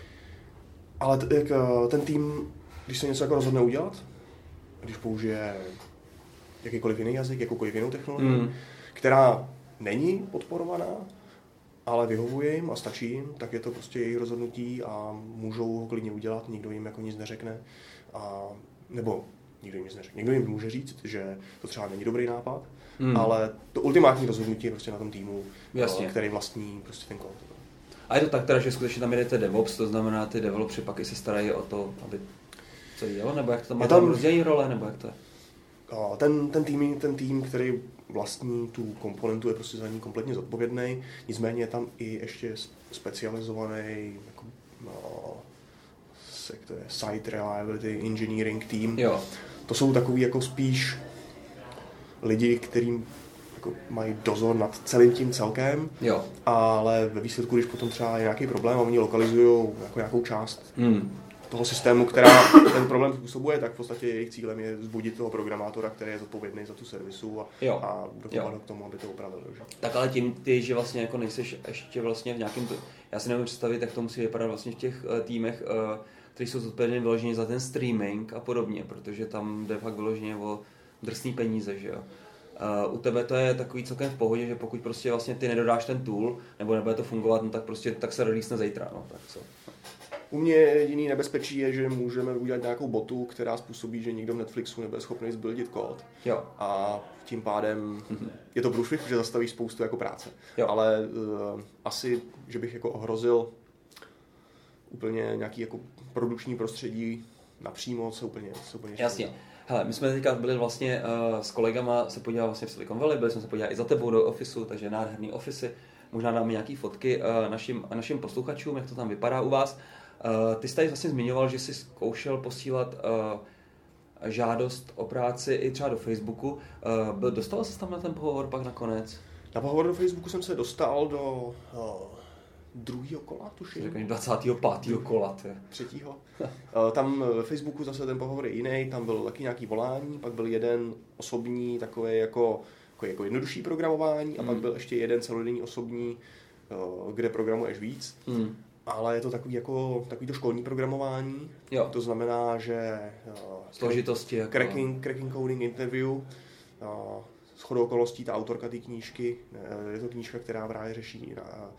Ale t- jak, uh, ten tým, když se něco jako rozhodne udělat, když použije jakýkoliv jiný jazyk, jakoukoliv jinou technologii, mm. která není podporovaná, ale vyhovuje jim a stačí jim, tak je to prostě jejich rozhodnutí a můžou ho klidně udělat, nikdo jim jako nic neřekne. A, nebo nikdo jim nic neřekne. Někdo jim může říct, že to třeba není dobrý nápad, mm. ale to ultimátní rozhodnutí je prostě na tom týmu, Jasně. který vlastní prostě ten kód. A je to tak teda, že skutečně tam jedete DevOps, to znamená, ty developři pak i se starají o to, aby co dělo, nebo jak to tam má tam rozdělení role, nebo jak to je? Ten, ten, tým, ten tým, který vlastní tu komponentu, je prostě za ní kompletně zodpovědný, nicméně je tam i ještě specializovaný jako, no, to je Site Reliability Engineering Team. Jo. To jsou takový jako spíš lidi, kterým jako mají dozor nad celým tím celkem, jo. ale ve výsledku, když potom třeba je nějaký problém a oni lokalizují jako nějakou část hmm. toho systému, která ten problém způsobuje, tak v podstatě jejich cílem je vzbudit toho programátora, který je zodpovědný za tu servisu a, a dokopat ho k tomu, aby to opravil. Že? Tak ale tím ty, že vlastně jako nejseš ještě vlastně v nějakém, já si nevím představit, jak to musí vypadat vlastně v těch uh, týmech, uh, kteří jsou zodpovědní vyloženě za ten streaming a podobně, protože tam jde fakt vyloženě o drsný peníze, že jo. Uh, u tebe to je takový celkem v pohodě, že pokud prostě vlastně ty nedodáš ten tool, nebo nebude to fungovat, no tak prostě tak se release zítra, no tak co. U mě jediný nebezpečí je, že můžeme udělat nějakou botu, která způsobí, že nikdo v Netflixu nebude schopný zbuildit kód. Jo. A tím pádem mm-hmm. je to průšvih, protože zastaví spoustu jako práce. Jo. Ale uh, asi, že bych jako ohrozil úplně nějaký jako produkční prostředí napřímo, se úplně, se úplně Jasně. Říká. Hele, my jsme teďka byli vlastně uh, s kolegama se podívat vlastně v Silicon Valley, byli jsme se podívat i za tebou do ofisu, takže nádherný ofisy. Možná dáme nějaký fotky uh, našim, našim posluchačům, jak to tam vypadá u vás. Uh, ty jsi tady vlastně zmiňoval, že jsi zkoušel posílat uh, žádost o práci i třeba do Facebooku. Uh, byl, dostal jsi tam na ten pohovor pak nakonec? Na pohovor do Facebooku jsem se dostal do uh, druhého kola, tuším. Řekni dvacátého pátého kola. Tě. Třetího. uh, tam ve Facebooku zase ten pohovor je jiný, tam byl taky nějaký volání, pak byl jeden osobní, takový jako, jako, jako jednodušší programování a hmm. pak byl ještě jeden celodenní osobní, uh, kde programuješ víc. Hmm. Ale je to takový jako takový to školní programování. Jo. To znamená, že složitosti jako cracking, cracking coding interview. Shodou okolností ta autorka té knížky, je to knížka, která právě řeší na, na,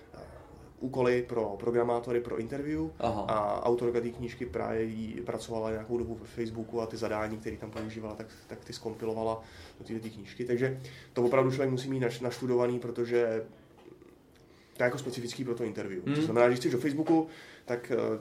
úkoly pro programátory pro interview. Aha. A autorka té knížky právě jí pracovala nějakou dobu ve Facebooku a ty zadání, které tam používala, tak, tak ty zkompilovala do této knížky. Takže to opravdu člověk musí mít naštudovaný, protože to je jako specifický pro to interview. Hmm. To znamená, že jsi do Facebooku, tak uh,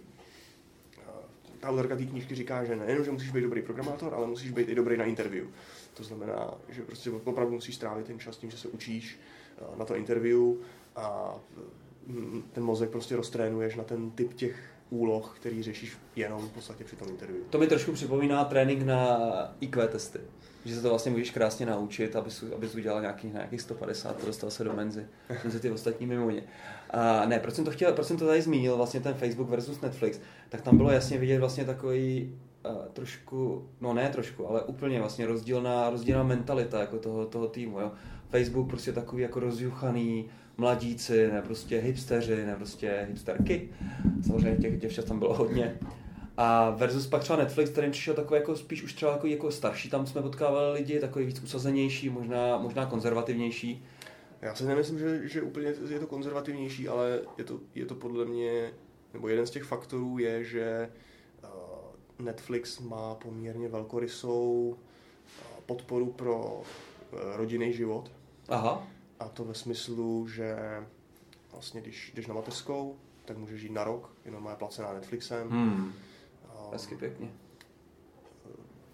ta autorka té knížky říká, že nejen, že musíš být dobrý programátor, ale musíš být i dobrý na interview. To znamená, že prostě opravdu musíš strávit ten čas tím, že se učíš uh, na to interview a uh, ten mozek prostě roztrénuješ na ten typ těch úloh, který řešíš jenom v podstatě při tom interview. To mi trošku připomíná trénink na í kvé testy. Že se to vlastně můžeš krásně naučit, abys, abys udělal nějakých, nějakých sto padesát a dostal se do menzy, mezi ty ostatní mimo ně. A ne, proč jsem to chtěl, proč jsem to tady zmínil, vlastně ten Facebook versus Netflix, tak tam bylo jasně vidět vlastně takový uh, trošku, no ne trošku, ale úplně vlastně rozdílná, rozdílná mentalita jako toho, toho týmu, jo. Facebook prostě takový jako rozjuchaný mladíci, ne prostě hipsteři, ne prostě hipsterky, samozřejmě těch děvčat tam bylo hodně. A versus pak třeba Netflix, kterým přišel takový jako spíš už třeba jako, jako starší, tam jsme potkávali lidi, takový víc usazenější, možná, možná konzervativnější. Já si nemyslím, že, že úplně je to konzervativnější, ale je to, je to podle mě, nebo jeden z těch faktorů je, že uh, Netflix má poměrně velkorysou uh, podporu pro uh, rodinný život. Aha. A to ve smyslu, že vlastně když jdeš na mateřskou, tak můžeš žít na rok, jenom má placená Netflixem. Hmm. Hezky pěkně.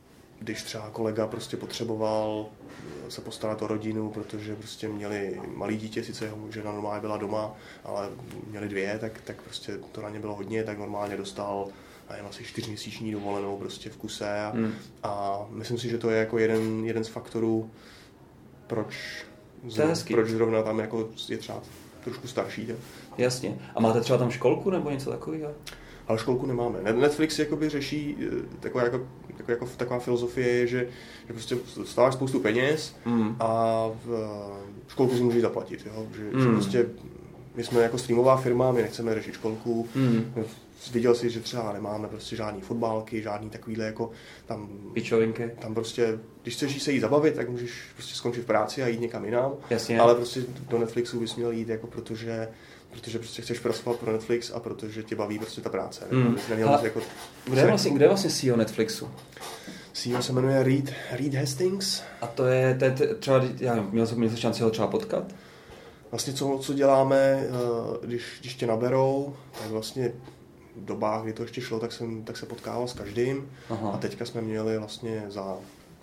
když třeba kolega prostě potřeboval se postarat o rodinu, protože prostě měli malý dítě, sice jeho žena normálně byla doma, ale měli dvě, tak, tak prostě to na ně bylo hodně, tak normálně dostal nevím, asi čtyřměsíční dovolenou prostě v kuse a, hmm. a myslím si, že to je jako jeden, jeden z faktorů, proč, zrovna, proč zrovna tam jako je třeba trošku starší. Tak. Jasně. A máte třeba tam školku nebo něco takového? Ale školku nemáme. Netflix jakoby řeší taková, jako, taková, jako, taková filozofie je, že, že prostě stáváš spoustu peněz mm. a v, školku si můžeš zaplatit. Jo? Že, mm. že prostě my jsme jako streamová firma, my nechceme řešit školku. Mm. Viděl jsi, že třeba nemáme prostě žádný fotbálky, žádný takovýhle jako tam... Pičovinky. Tam prostě, když chceš se jí zabavit, tak můžeš prostě skončit v práci a jít někam jinam. Jasně. Ale prostě do Netflixu bys měl jít jako protože... protože prostě chceš pracovat pro Netflix a protože tě baví prostě ta práce. Mm. Jako kde, je vlastně, kde je vlastně C E O Netflixu? C E O se jmenuje Reed, Reed Hastings. A to je, to je třeba, já nevím, měl jsem, měl jsem šanci ho třeba potkat? Vlastně co, co děláme, když, když tě naberou, tak vlastně v dobách, kdy to ještě šlo, tak, jsem, tak se potkával s každým. Aha. A teďka jsme měli vlastně za,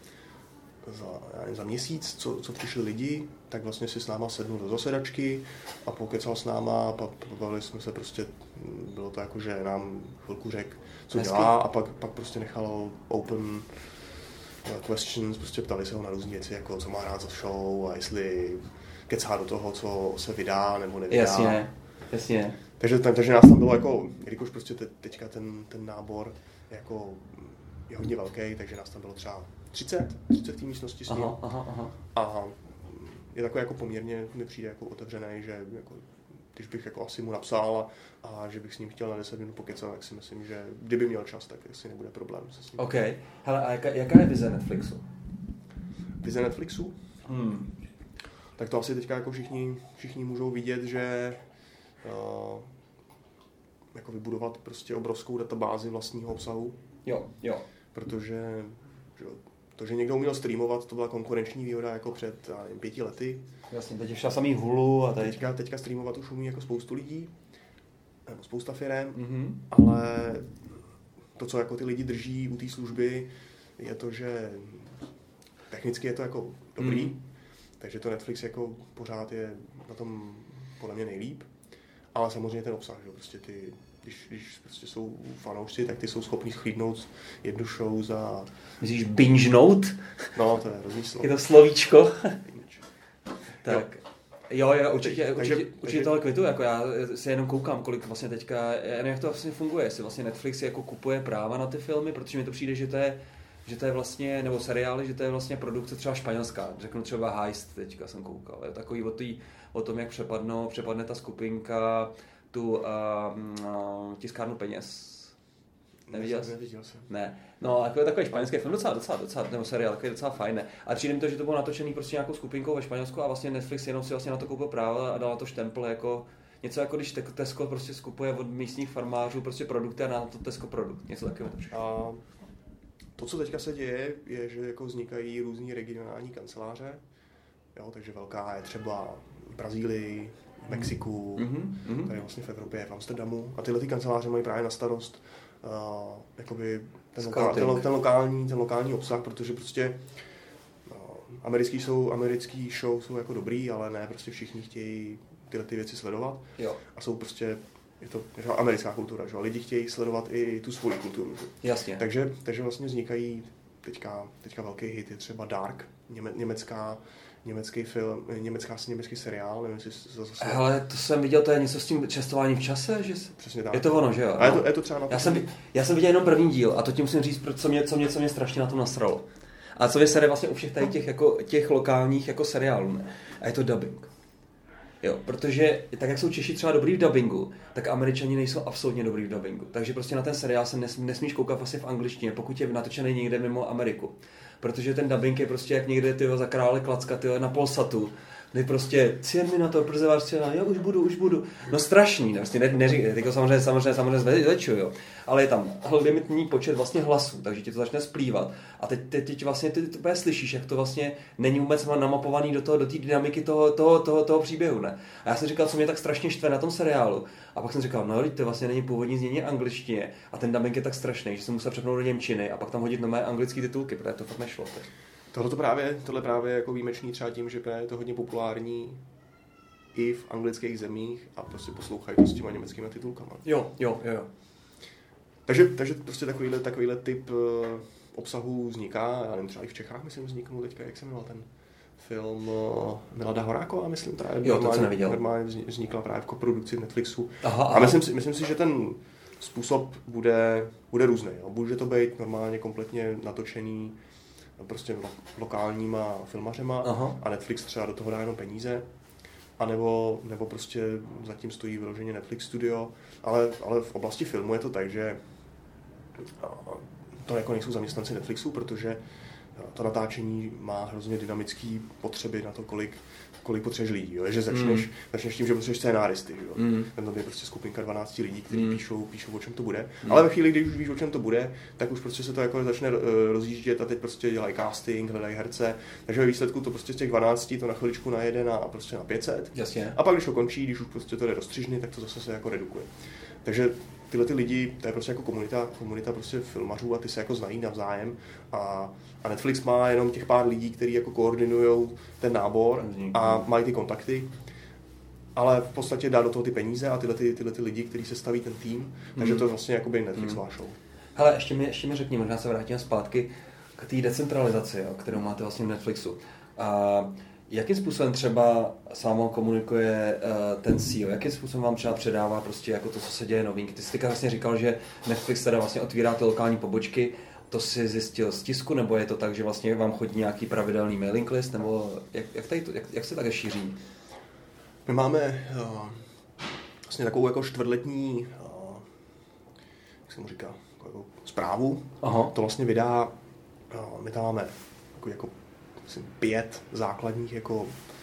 za, já nevím, za měsíc, co, co přišli lidi, tak vlastně si s náma sednul do zasedačky a pokecal s náma, pobavili jsme se prostě, bylo to jako, že nám chvilku řekl, co Hezky. dělá a pak, pak prostě nechal open questions, prostě ptali se ho na různé věci, jako co má rád za show a jestli kecá do toho, co se vydá nebo nevydá. Jasně, jasně. Takže, takže nás tam bylo jako, jelikož prostě te, teďka ten, ten nábor jako je hodně velký, takže nás tam bylo třeba třicet, třicet v té místnosti s ním. Aha, aha, aha. A je takový jako poměrně, mi přijde jako otevřený, že jako, když bych jako asi mu napsal a, a že bych s ním chtěl na deset minut pokecat, tak si myslím, že kdyby měl čas, tak asi nebude problém se s ním. OK. Hele, a jaká, jaká je vize Netflixu? Vize Netflixu? Hmm. Tak to asi teďka jako všichni, všichni můžou vidět, že uh, jako vybudovat prostě obrovskou databázi vlastního obsahu. Jo, jo. Protože že, to, že někdo uměl streamovat, to byla konkurenční výhoda jako před nevím, pěti lety. Jasně, teď je však samý Hulu a tady... Teďka, teďka streamovat už umí jako spoustu lidí, nebo spousta firem, mm-hmm. ale to, co jako ty lidi drží u té služby, je to, že technicky je to jako dobrý, mm. takže to Netflix jako pořád je na tom podle mě nejlíp, ale samozřejmě ten obsah, že prostě ty, když, když prostě jsou fanoušci, tak ty jsou schopni schlídnout jednu show za... Myslíš binge-note? No, to je hrozný slovo. Je to slovíčko. Tak. Jo, jo, určitě, Teď, určitě, takže, určitě tohle kvitu, jako já se jenom koukám, kolik vlastně teďka, já nevím, jak to vlastně funguje, jestli vlastně Netflix jako kupuje práva na ty filmy, protože mi to přijde, že to je, že to je vlastně, nebo seriály, že to je vlastně produkce třeba španělská, řeknu třeba Heist, teďka jsem koukal, je takový o, tý, o tom, jak přepadnou, přepadne ta skupinka tu uh, uh, tiskárnu peněz. Neviděl jsi? Neviděl jsem. Ne. No, jako je takový španělský film, docela, docela, docela, nebo seriál, takový docela fajné. A přijde mi to, že to bylo natočený prostě nějakou skupinkou ve Španělsku a vlastně Netflix jenom si vlastně na to koupil práva a dal na to štempel jako něco jako když Tesco prostě skupuje od místních farmářů prostě produkty a na to Tesco produkt. Něco takového to A to, co teďka se děje, je, že jako vznikají různý regionální kanceláře. Jo, takže velká je třeba v Brazílii, v Mexiku, mm-hmm. tady vlastně v Evropě, v Amsterdamu. A tyhle ty kanceláře mají právě na starost Uh, jakoby ten, loka, ten, ten, lokální, ten lokální obsah, protože prostě uh, americký, jsou, americký show jsou jako dobrý, ale ne prostě všichni chtějí tyhle ty věci sledovat. Jo. A jsou prostě, je to že, americká kultura, že lidi chtějí sledovat i tu svoji kulturu. Že? Jasně. Takže, takže vlastně vznikají teďka, teďka velký hit, je třeba Dark, něme, německá německý film, německá, německý seriál, nevím, jestli to zase... Hele, to jsem viděl, to je něco s tím častováním v čase, že se... Přesně tak. Je to ono, že jo? A je to, je to třeba na to... Já jsem, já jsem viděl jenom první díl a to tím musím říct, co mě, co mě, co mě strašně na tom nasralo. A co mě sere vlastně u všech tady těch, jako, těch lokálních jako seriálů, ne? A je to dubbing. Jo, protože tak, jak jsou Češi třeba dobrý v dubbingu, tak Američani nejsou absolutně dobrý v dubbingu. Takže prostě na ten seriál se nes, nesmíš koukat vlastně v angličtině, pokud je natočený někde mimo Ameriku. protože ten dubbing je prostě jak někde tyjo, za krále Klacka tyjo, na Polsatu, kdy prostě Terminator, przevář scéna, jo, už budu, už budu. No strašný, no, prostě ne, neříkej, tyko samozřejmě, samozřejmě, samozřejmě zleču, jo. Ale je tam limitní počet vlastně hlasů, takže ti to začne splývat. A teď, teď, teď vlastně ty, ty slyšíš, jak to vlastně není vůbec namapovaný do toho, do té dynamiky toho, toho, toho, toho příběhu, ne. A já jsem říkal, co mě tak strašně štve na tom seriálu. A pak jsem říkal, no to vlastně není původní znění angličtině a ten dubbing je tak strašný, že jsem musel přepnout do němčiny a pak tam hodit nové anglické titulky, protože to fakt nešlo. Teď. Tohle to právě, tohle právě jako výjimečný třeba tím, že je to hodně populární i v anglických zemích a prostě poslouchají to s těma německými titulkama. Jo, jo, jo. Takže, takže prostě takovýhle, takovýhle typ uh, obsahu vzniká, já nevím, třeba i v Čechách, myslím, vzniknul teďka, jak se jmenoval ten film uh, Milada Horáková, myslím, právě jo, to, co neviděl. Normálně vznikla právě v koprodukci v Netflixu. Aha, aha. A myslím si, myslím si, že ten způsob bude, bude různý. Jo. Může to být normálně kompletně natočený prostě lo, lokálníma filmařema. Aha. A Netflix třeba do toho dá jenom peníze. A nebo, nebo prostě zatím stojí vyloženě Netflix Studio. Ale, ale v oblasti filmu je to tak, že to jako nejsou zaměstnanci Netflixu, protože to natáčení má hrozně dynamický potřeby na to, kolik, kolik potřebuješ lidí. Jo? Že začneš, mm. začneš tím, že potřebuješ scénáristy. Jo? Mm. Tam je prostě skupinka dvanáct lidí, kteří mm. píšou, píšou, o čem to bude. Mm. Ale ve chvíli, když už víš, o čem to bude, tak už prostě se to jako začne rozjíždět a teď prostě dělají casting, hledají herce. Takže ve výsledku to prostě z těch dvanácti to na chviličku najede na, prostě na pět set. Jasně. A pak, když to končí, když už prostě to jde do střižny, tak to zase se jako redukuje. Takže tyhle ty lidi, to je prostě jako komunita, komunita prostě filmařů a ty se jako znají navzájem a, a Netflix má jenom těch pár lidí, kteří jako koordinujou ten nábor a mají ty kontakty, ale v podstatě dá do toho ty peníze a tyhle, ty, tyhle ty lidi, kteří se staví ten tým, takže to je vlastně jakoby Netflixová show. Hele, ještě mi, ještě mi řekni, možná se vrátíme zpátky k té decentralizaci, jo, kterou máte vlastně v Netflixu. A jakým způsobem třeba s vámi komunikuje uh, ten C E O? Jakým způsobem vám třeba předává prostě jako to, co se děje novinky? Ty jsi teďka vlastně říkal, že Netflix teda vlastně otvírá ty lokální pobočky. To jsi zjistil z tisku, nebo je to tak, že vlastně vám chodí nějaký pravidelný mailing list, nebo jak, jak, tady to, jak, jak se také šíří? My máme uh, vlastně takovou jako čtvrtletní, uh, jak se mu říká, jako zprávu. Aha. To vlastně vydá, uh, my tam máme jako, jako myslím, pět základních jako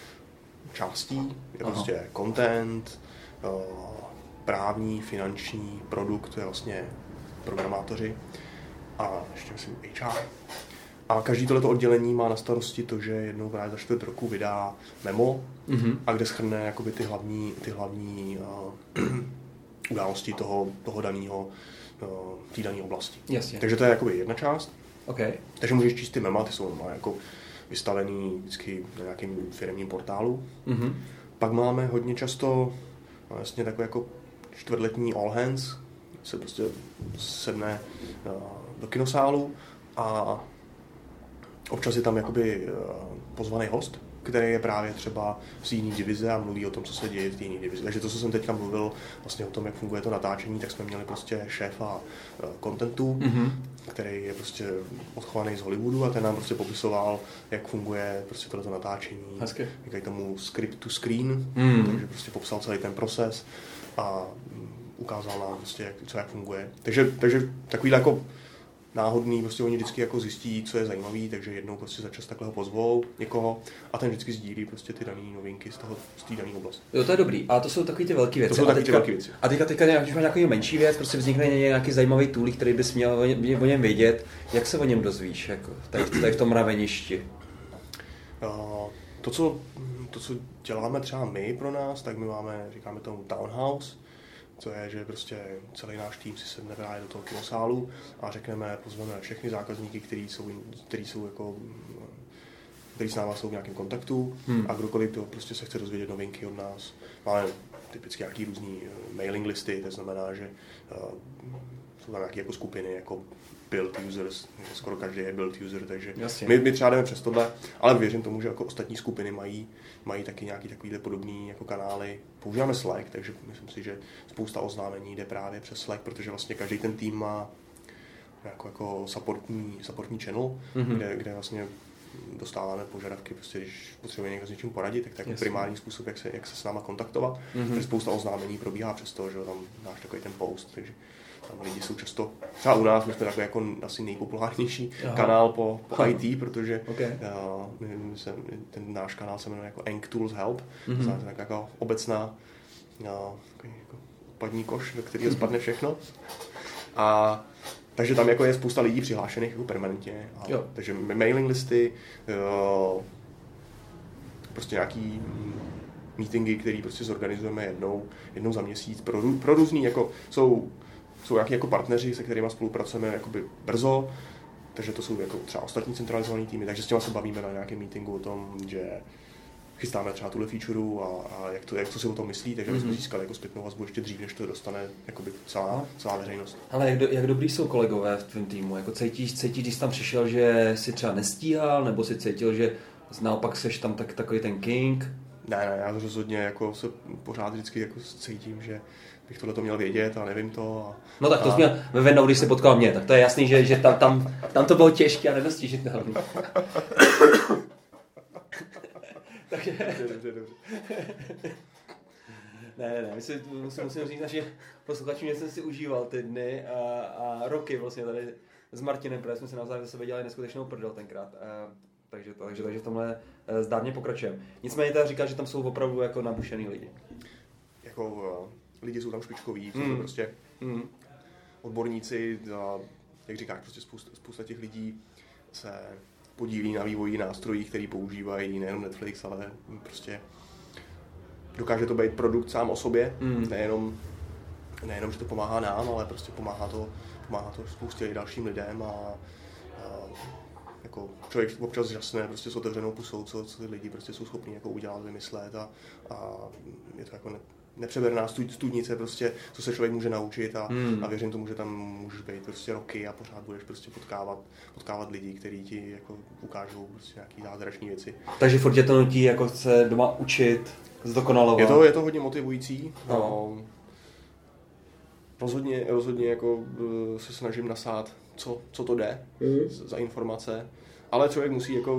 částí, je prostě content, uh, právní, finanční, produkt, to je vlastně programátoři a ještě myslím H R. A každý tohleto oddělení má na starosti to, že jednou právě za čtvrt roku vydá memo, mm-hmm. a kde shrne jakoby ty hlavní, ty hlavní uh, události toho, toho daného, uh, té dané oblasti. Jasně. Takže to je jakoby jedna část. Okay. Takže můžeš číst ty mema, ty jsou normálně jako vystavený vždycky na nějakém firemním portálu. Mm-hmm. Pak máme hodně často vlastně takový jako čtvrtletní all hands, se prostě sedne uh, do kinosálu a občas je tam jakoby uh, pozvaný host, který je právě třeba z jiný divize a mluví o tom, co se děje v té jiné divizi. Takže to, co jsem teďka mluvil vlastně o tom, jak funguje to natáčení, tak jsme měli prostě šéfa uh, contentu, mm-hmm. který je prostě odchovaný z Hollywoodu a ten nám prostě popisoval, jak funguje prostě tohleto natáčení. Hezky. Říkají tomu script to screen, mm. takže prostě popsal celý ten proces a ukázal nám prostě, jak, co jak funguje. Takže, takže takovýhle jako náhodný, prostě oni vždycky jako zjistí, co je zajímavý, takže jednou prostě za čas takhle ho pozvou někoho a ten vždycky sdílí prostě ty dané novinky z toho, z té dané oblasti. Jo, to je dobrý. A to jsou takový ty velké věci. To jsou takový ty velké věci. A teďka, teďka když máš nějaký menší věc, prostě vznikne nějaký zajímavý tool, který bys měl o něm vědět. Jak se o něm dozvíš, jako tady, tady v tom mraveništi? Uh, to, co, to, co děláme třeba my pro nás, tak my máme, říkáme tomu Townhouse, co je, že prostě celý náš tým si sedne právě do toho kinosálu a řekneme, pozveme všechny zákazníky, kteří jsou, který jsou jako, který s náma jsou v nějakém kontaktu hmm. a kdokoliv to prostě se chce dozvědět novinky od nás. Máme typicky nějaký různý mailing listy, to znamená, že uh, jsou tam nějaké jako skupiny, jako build users, skoro každý je build user, takže my, my třeba jdeme přes tohle, ale věřím tomu, že jako ostatní skupiny mají, mají taky nějaký takovýhle podobný jako kanály. Používáme Slack, takže myslím si, že spousta oznámení jde právě přes Slack, protože vlastně každý ten tým má jako, jako supportní, supportní channel, mm-hmm. kde, kde vlastně dostáváme požadavky, prostě když potřebuje někdo s něčím poradit, tak to je jako primární způsob, jak se, jak se s náma kontaktovat. Mm-hmm. Takže spousta oznámení probíhá přes to, že tam dáš takový ten post, takže tam lidi jsou často, třeba u nás, my jsme takový jako asi nejpopulárnější Aha. kanál po, po I T, protože okay. uh, my, my se, ten náš kanál se jmenuje jako Eng Tools Help, mm-hmm. to je tak jako obecná uh, jako odpadní koš, do kterého spadne všechno. A takže tam jako je spousta lidí přihlášených jako permanentně. A, takže mailing listy, uh, prostě nějaký meetingy, které prostě zorganizujeme jednou, jednou za měsíc pro, pro různý, jako jsou, jsou nějaký jako partneři, se kterými spolupracujeme jakoby brzo, takže to jsou jako třeba ostatní centralizované týmy, takže s těma se bavíme na nějakém meetingu o tom, že chystáme třeba tuhle featureu a, a jak, to, jak to si o tom myslí, takže mm-hmm. jsme získali jako zpětnou vazbu ještě dřív, než to dostane jakoby celá, celá veřejnost. Ale jak, do, jak dobrý jsou kolegové v tvém týmu? Jako cítíš, cítíš, když jsi tam přišel, že si třeba nestíhal, nebo si cítil, že naopak seš tam tak, takový ten king? Ne, ne, já rozhodně jako se pořád vždycky jako cítím, že bych tohle to měl vědět a nevím to. A, no tak to a... jsi měl ve Vennou, když jsi potkal mě, tak to je jasný, že, že tam, tam, tam to bylo těžké a nedostižitelné. Takže... Dobře, dobře. Ne, ne, ne, musím, musím, musím říct našim posluchačům, že jsem si užíval ty dny a, a roky vlastně tady s Martinem, protože jsme se navzájem za sebe dělali neskutečnou prdel tenkrát. A, takže, takže, takže v tomhle zdárně pokračujeme. Nicméně teda říká, že tam jsou opravdu jako nabušený lidi. Jako uh, lidi jsou tam špičkoví, jsou mm. to prostě mm. odborníci, a, jak říkáš, prostě spousta, spousta těch lidí se podílí na vývoji nástrojů, který používají nejenom Netflix, ale prostě dokáže to být produkt sám o sobě, mm. nejenom, nejenom, že to pomáhá nám, ale prostě pomáhá to, pomáhá to spoustě dalším lidem a, a jako člověk občas žasne prostě s otevřenou pusou, co, co ty lidi prostě jsou schopní jako udělat, vymyslet a, a je to jako ne, nepřeberná studnice, prostě, co se člověk může naučit a, mm. a věřím tomu, že tam můžeš být prostě roky a pořád budeš prostě potkávat, potkávat lidi, kteří ti jako ukážou prostě nějaký zázračné věci. Takže furt tě to nutí jako se doma učit, zdokonalovat. Je to, je to hodně motivující. No. No, rozhodně, rozhodně jako se snažím nasát, co, co to jde mm. za informace, ale člověk musí jako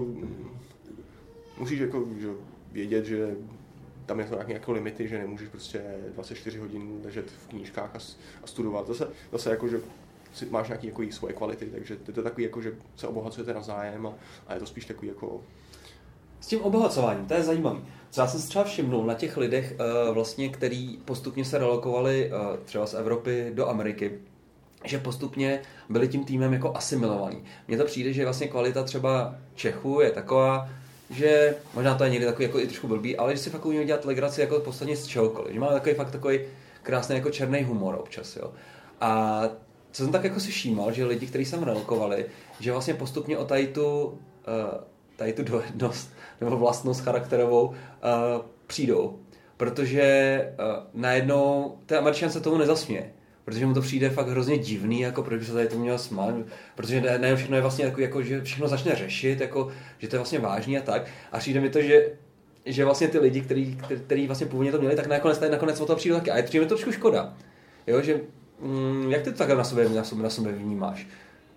musíš jako že vědět, že tam je to nějaké jako limity, že nemůžeš prostě dvacet čtyři hodin ležet v knížkách a, a studovat. Zase, zase jako, že máš nějaké jako svoje kvality, takže to je takový jako, že se obohacujete navzájem a, a je to spíš takový jako... S tím obohacováním, to je zajímavý. Co já jsem si třeba všimnul na těch lidech, uh, vlastně, který postupně se relokovali uh, třeba z Evropy do Ameriky, že postupně byli tím týmem jako asimilovaný. Mně to přijde, že vlastně kvalita třeba Čechů je taková, že možná to je někdy takový jako i trošku blbý, ale že si fakt umíme dělat legraci jako posledně z čehokoliv. Že máme takový fakt takový krásný jako černý humor občas, jo. A co jsem tak jako si všímal, že lidi, kteří sem relokovali, že vlastně postupně o tady tu, uh, tady tu dovednost nebo vlastnost charakterovou uh, přijdou. Protože uh, najednou ten Američan se tomu nezasměje. Protože mu to přijde fakt hrozně divný, jako proč by se tady to mělo smát, protože ne, ne všechno je vlastně jako, jako, že všechno začne řešit, jako, že to je vlastně vážný a tak. A přijde mi to, že, že vlastně ty lidi, který, který vlastně původně to měli, tak nakonec, tady nakonec o to přijde taky. A je to, přijde mi to trošku škoda. Jo, že, mm, jak ty to takhle na sobě, na sobě, na sobě vnímáš?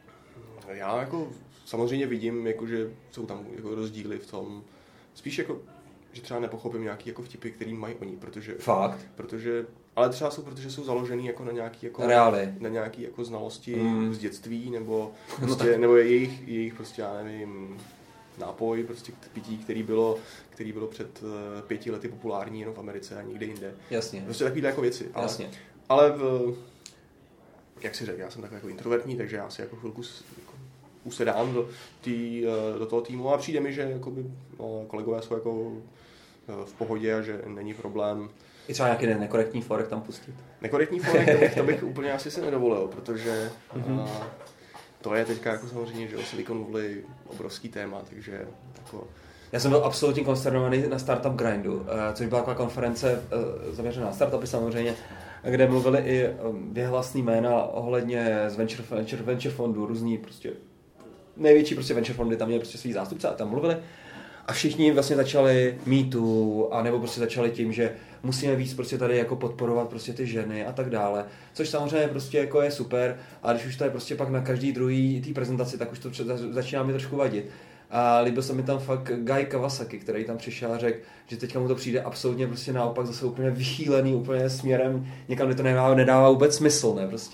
Já jako samozřejmě vidím, jako, že jsou tam jako rozdíly v tom, spíš jako, že třeba nepochopím nějaký jako vtipy, který mají oni, protože... Fakt? Protože, ale třeba jsou, protože jsou založený jako na nějaký jako... Reály. Na nějaký jako znalosti mm. z dětství, nebo no prostě, nebo jejich, jejich prostě, já nevím, nápoj, prostě k pití, který bylo, který bylo před uh, pěti lety populární jenom v Americe a nikde jinde. Jasně. Prostě takovýhle jako věci. Ale, Jasně. ale v, jak si řekl, já jsem takový jako introvertní, takže já si jako chvilku jako usedám do, tý, do toho týmu a přijde mi, že jakoby, no, kolegové jsou jako v pohodě a že není problém. I třeba nějaký nekorektní forek tam pustit. Nekorektní forek, to bych, to bych úplně asi se nedovolil, protože mm-hmm. a, to je teďka jako samozřejmě, že o Silicon Valley obrovský téma, takže jako... Já jsem byl absolutně konsternovaný na Startup Grindu, což byla taková konference zaměřená na startupy samozřejmě, kde mluvili i věhlasný jména ohledně z venture, venture, venture fondů, různý prostě největší prostě venture fondy, tam měli prostě svý zástupce a tam mluvili. A všichni vlastně začali mýtu, a nebo prostě začali tím, že musíme víc prostě tady jako podporovat prostě ty ženy a tak dále. Což samozřejmě prostě jako je super, a když už to je prostě pak na každý druhý té prezentaci, tak už to začíná mi trošku vadit. A líbil se mi tam fakt Guy Kawasaki, který tam přišel a řekl, že teďka mu to přijde absolutně prostě naopak zase úplně vychýlený, úplně směrem, někam, kde to nedává, nedává vůbec smysl, ne prostě.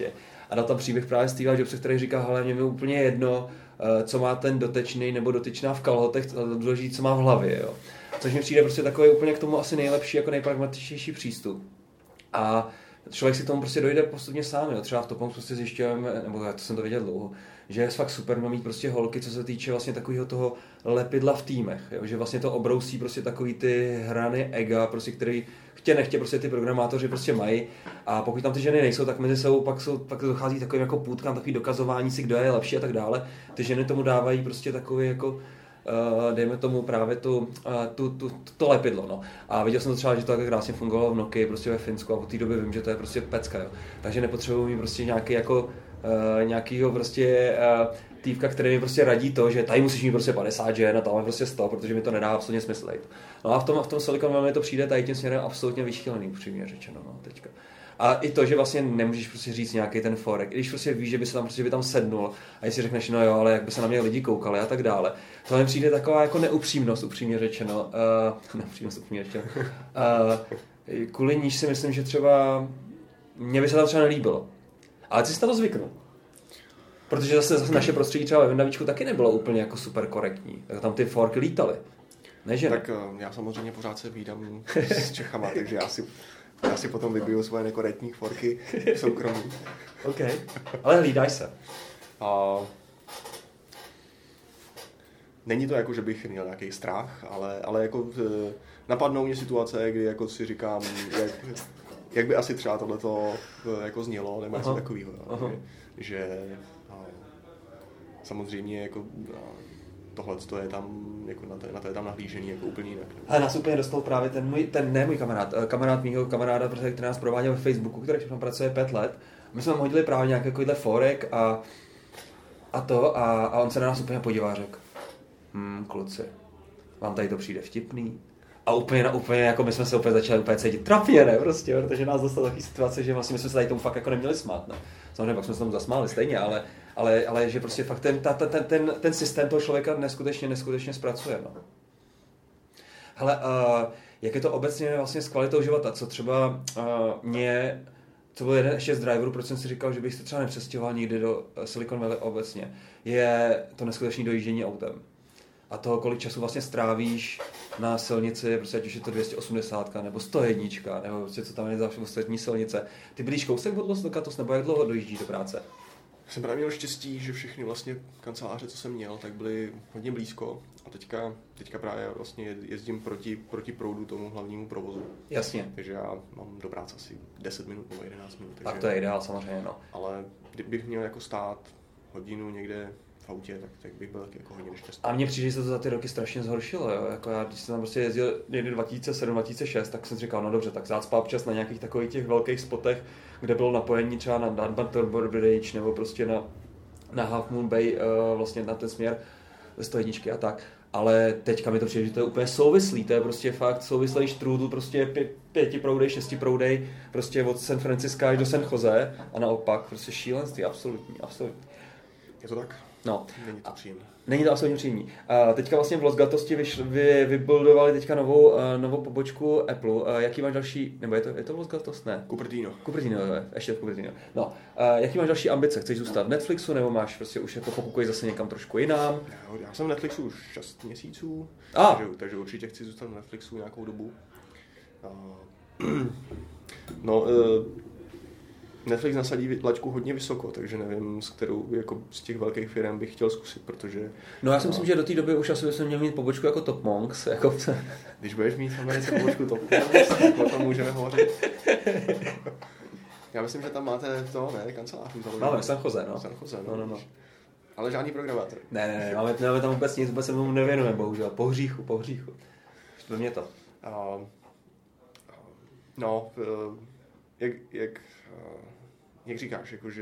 a dal tam příběh právě Steve Jobse, který říká, hele, mě je úplně jedno, co má ten dotyčný nebo dotyčná v kalhotech, důležitý, co má v hlavě, jo. Což mi přijde prostě takový úplně k tomu asi nejlepší, jako nejpragmatičtější přístup. A člověk si k tomu prostě dojde postupně sám, jo. Třeba v Topom prostě zjišťujeme, nebo já to jsem to věděl dlouho, že je fakt super mít prostě holky, co se týče vlastně takového toho lepidla v týmech, jo. Že vlastně to obrousí prostě takový ty hrany ega, prostě který chtě nechtě prostě ty programátoři prostě mají a pokud tam ty ženy nejsou, tak mezi sebou pak, jsou, pak dochází takovým jako půtkám, takový dokazování si, kdo je lepší a tak dále. Ty ženy tomu dávají prostě takový jako Uh, dejme tomu právě tu, uh, tu, tu, to lepidlo, no. A viděl jsem to třeba, že to tak krásně fungovalo v Nokii, prostě ve Finsku a od té doby vím, že to je prostě pecka, jo. Takže nepotřebuji mít prostě nějaký jako, uh, nějakýho prostě uh, týpka, který mi prostě radí to, že tady musíš mít prostě padesát žen a tam je prostě sto, protože mi to nedá absolutně smysl. No a v tom, v tom Silicon Valley to přijde tady tím směrem absolutně vyštílený, upřímně řečeno, no, teďka. A i to, že vlastně nemůžeš prostě říct nějaký ten forek, i když prostě víš, že by se tam prostě by tam sednul a jestli řekneš, no jo, ale jak by se na mě lidi koukali a tak dále. To mi přijde taková jako neupřímnost, upřímně řečeno. Uh, neupřímnost, upřímně řečeno. Uh, kvůli níž si myslím, že třeba mě by se tam třeba nelíbilo. Ale ty si na to zvyknu. Protože zase, zase naše prostředí třeba ve Vindavíčku taky nebylo úplně jako super korektní. Tam ty forky lítaly. Ne, že ne? Tak já samozřejmě pořád se vídám s Čechama, takže já si Já si potom vybiju svoje nekorektní forky v soukromí. OK, ale hlídáš se. A... Není to jako, že bych měl nějaký strach, ale, ale jako napadnou mě situace, kdy jako si říkám, jak, jak by asi třeba tohleto jako znělo, nebo něco takového. Že, že a, samozřejmě jako... A, tohle to je tam, jako na, to, na to je tam nahlížený jako úplně jinak. Ale nás úplně dostal právě ten můj, ten ne můj kamarád, kamarád mýho kamaráda, který nás prováděl ve Facebooku, který tam pracuje pět let. My jsme mu hodili právě nějaký takovýhle forek a, a to a, a on se na nás úplně podíval a řekl, hm, kluci, vám tady to přijde vtipný. A úplně, no, úplně, jako my jsme se úplně začali úplně cítit trapně, ne, prostě, protože nás dostala takový situace, že vlastně my jsme se tady tomu fakt jako neměli smát, ne. Samozřejmě pak jsme se tomu zasmáli stejně, ale Ale, ale že prostě fakt ten, ta, ten, ten, ten systém toho člověka neskutečně, neskutečně zpracuje. No. Hele, uh, jak je to obecně vlastně s kvalitou života? Co třeba uh, mě, co byl jeden ještě z driverů, proč jsem si říkal, že bych se třeba nepřestěhoval nikdy do Silicon Valley obecně, je to neskutečné dojíždění autem. A toho, kolik času vlastně strávíš na silnici, prostě ať už je to dvě stě osmdesát nebo sto jedna, nebo prostě co tam je za ostatní silnice. Ty bydlíš kousek od Los Locatos, nebo jak dlouho dojíždíš do práce? Jsem právě měl štěstí, že všechny vlastně kanceláře, co jsem měl, tak byly hodně blízko a teďka, teďka právě vlastně jezdím proti, proti proudu tomu hlavnímu provozu. Jasně. Takže já mám do práce asi deset minut nebo jedenáct minut. Takže, tak to je ideál samozřejmě, no. Ale kdybych měl jako stát hodinu někde v autě, tak, tak bych byl taky jako hodně nešťastný. A mně přijde, že se to za ty roky strašně zhoršilo, jo. Jako já, když jsem tam prostě jezdil někdy dva tisíce sedm dva tisíce šest, tak jsem si říkal, no dobře, tak zácpa občas na nějakých takových těch velkých spotech, kde bylo napojení třeba na Dartmouth Bridge nebo prostě na, na Half Moon Bay, uh, vlastně na ten směr ze sto jedna a tak. Ale teďka mi to přijde, že to je úplně souvislý, to je prostě fakt souvislý štrůdl, prostě pě, pětiproudej, šestiproudej, prostě od San Francisca až do San Jose a naopak, prostě šílenství, absolutní, absolutní. Je to tak? No. Není to příjemný. Není to absolutně příjemný. Uh, teďka vlastně v Los Gatosti vy, vy, vybuildovali teďka novou, uh, novou pobočku Apple. Uh, jaký máš další, nebo je to, je to Los Gatos? Ne. Cupertino. Cupertino, ještě v Cupertino. No, uh, jaký máš další ambice? Chceš zůstat v Netflixu, nebo máš prostě už jako pokukuješ zase někam trošku jinam? Já, já jsem v Netflixu už šest měsíců, ah. takže, takže určitě chci zůstat v Netflixu nějakou dobu. Uh, no, uh, Netflix nasadí laťku hodně vysoko, takže nevím, s kterou jako z těch velkých firm bych chtěl zkusit, protože... No já si myslím, že do té doby už asi jsem měl mít pobočku jako Top Monks. Jako... Když budeš mít v Americe pobočku Top Monks, tak o tom můžeme hovořit. Já myslím, že tam máte to, ne, kancelářů založený. Máme San Jose, no. San Jose, no. no, no, no. Ale žádný programátor. Ne, ne, ne, máme, máme tam vůbec nic, vůbec se mu nevěnujeme, bohužel. Po hříchu, po hříchu. To mě to. Uh, no, uh, jak... jak uh, Jak říkáš, jakože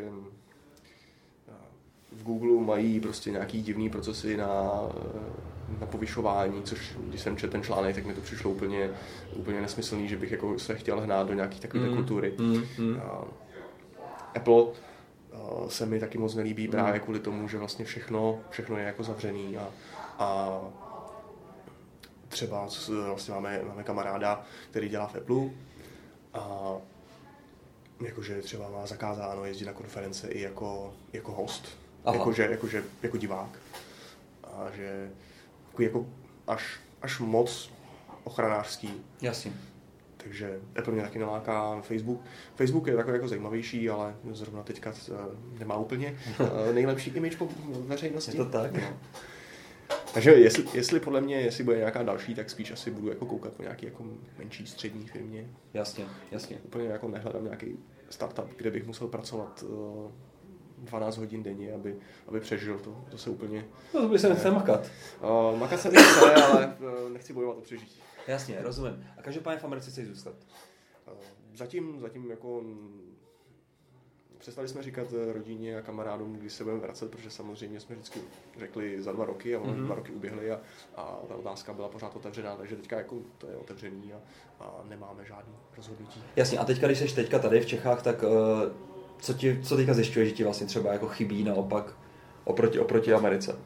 v Google mají prostě nějaký divný procesy na, na povyšování, což když jsem četl ten článek, tak mi to přišlo úplně, úplně nesmyslný, že bych jako se chtěl hnát do nějakých takové mm, kultury. Mm, mm. Apple se mi taky moc nelíbí mm. právě kvůli tomu, že vlastně všechno, všechno je jako zavřený a, a třeba vlastně máme, máme kamaráda, který dělá v Apple a jakože třeba má zakázáno jezdit na konference i jako, jako host, Aha. jakože, jakože, jako divák. A že jako až, až moc ochranářský. Jasně. Takže Apple mě taky naláká. Facebook. Facebook je takový jako zajímavější, ale zrovna teďka nemá úplně nejlepší image po veřejnosti. Je to tak? No. Takže jestli, jestli podle mě, jestli bude nějaká další, tak spíš asi budu jako koukat po nějaký jako menší střední firmě. Jasně, jasně. Úplně jako nehledám nějaký startup, kde bych musel pracovat uh, dvanáct hodin denně, aby, aby přežil to. To se úplně... No to by se nechce makat. Uh, makat se nechce, ale uh, nechci bojovat o přežití. Jasně, rozumím. A každopádně v Americe chceš zůstat? Uh, zatím, zatím jako... Přestali jsme říkat rodině a kamarádům, kdy se budeme vracet, protože samozřejmě jsme vždycky řekli za dva roky a mm-hmm. dva roky uběhly a, a ta otázka byla pořád otevřená, takže teďka jako to je otevřený a, a nemáme žádný rozhodnutí. Jasně, a teďka, když jsi teďka tady v Čechách, tak uh, co, ti, co teďka zjišťuješ, že ti vlastně třeba jako chybí naopak oproti, oproti Americe?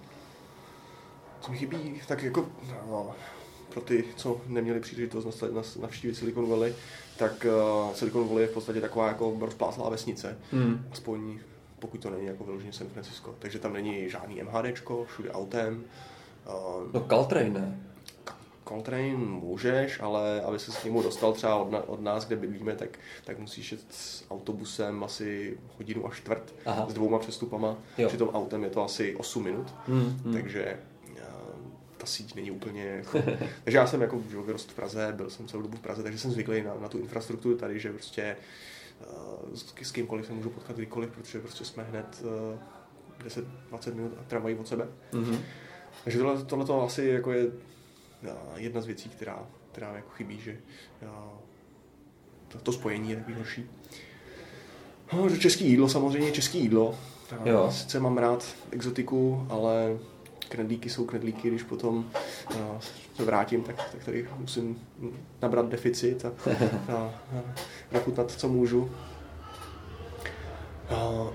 Co mi chybí, tak jako no, pro ty, co neměli příležitost navštívit Silicon Valley, tak uh, Silicon Valley je v podstatě taková jako rozpláslá vesnice, hmm. aspoň pokud to není jako vyloženě San Francisco. Takže tam není žádný MHDčko, všude autem. Uh, no Caltrain ne? Caltrain můžeš, ale aby se s ním dostal třeba od, na, od nás, kde bydlíme, tak, tak musíš jít s autobusem asi hodinu a čtvrt. Aha. S dvouma přestupama. Jo. Přitom autem je to asi osm minut, hmm. Hmm. takže ta síť není úplně jako... Takže já jsem jako vyrost v Praze, byl jsem celou dobu v Praze, takže jsem zvyklý na, na tu infrastrukturu tady, že prostě uh, s, s kýmkoliv se můžu potkat kdykoliv, protože prostě jsme hned uh, deset dvacet minut tramvají od sebe. Mm-hmm. Takže tohle, tohle asi jako je uh, jedna z věcí, která, která jako chybí, že uh, to, to spojení je takový horší. No, český jídlo, samozřejmě český jídlo. Uh, sice mám rád exotiku, ale knedlíky jsou knedlíky, když potom uh, se vrátím, tak, tak tady musím nabrat deficit a, a, a nachutnat, co můžu. Uh,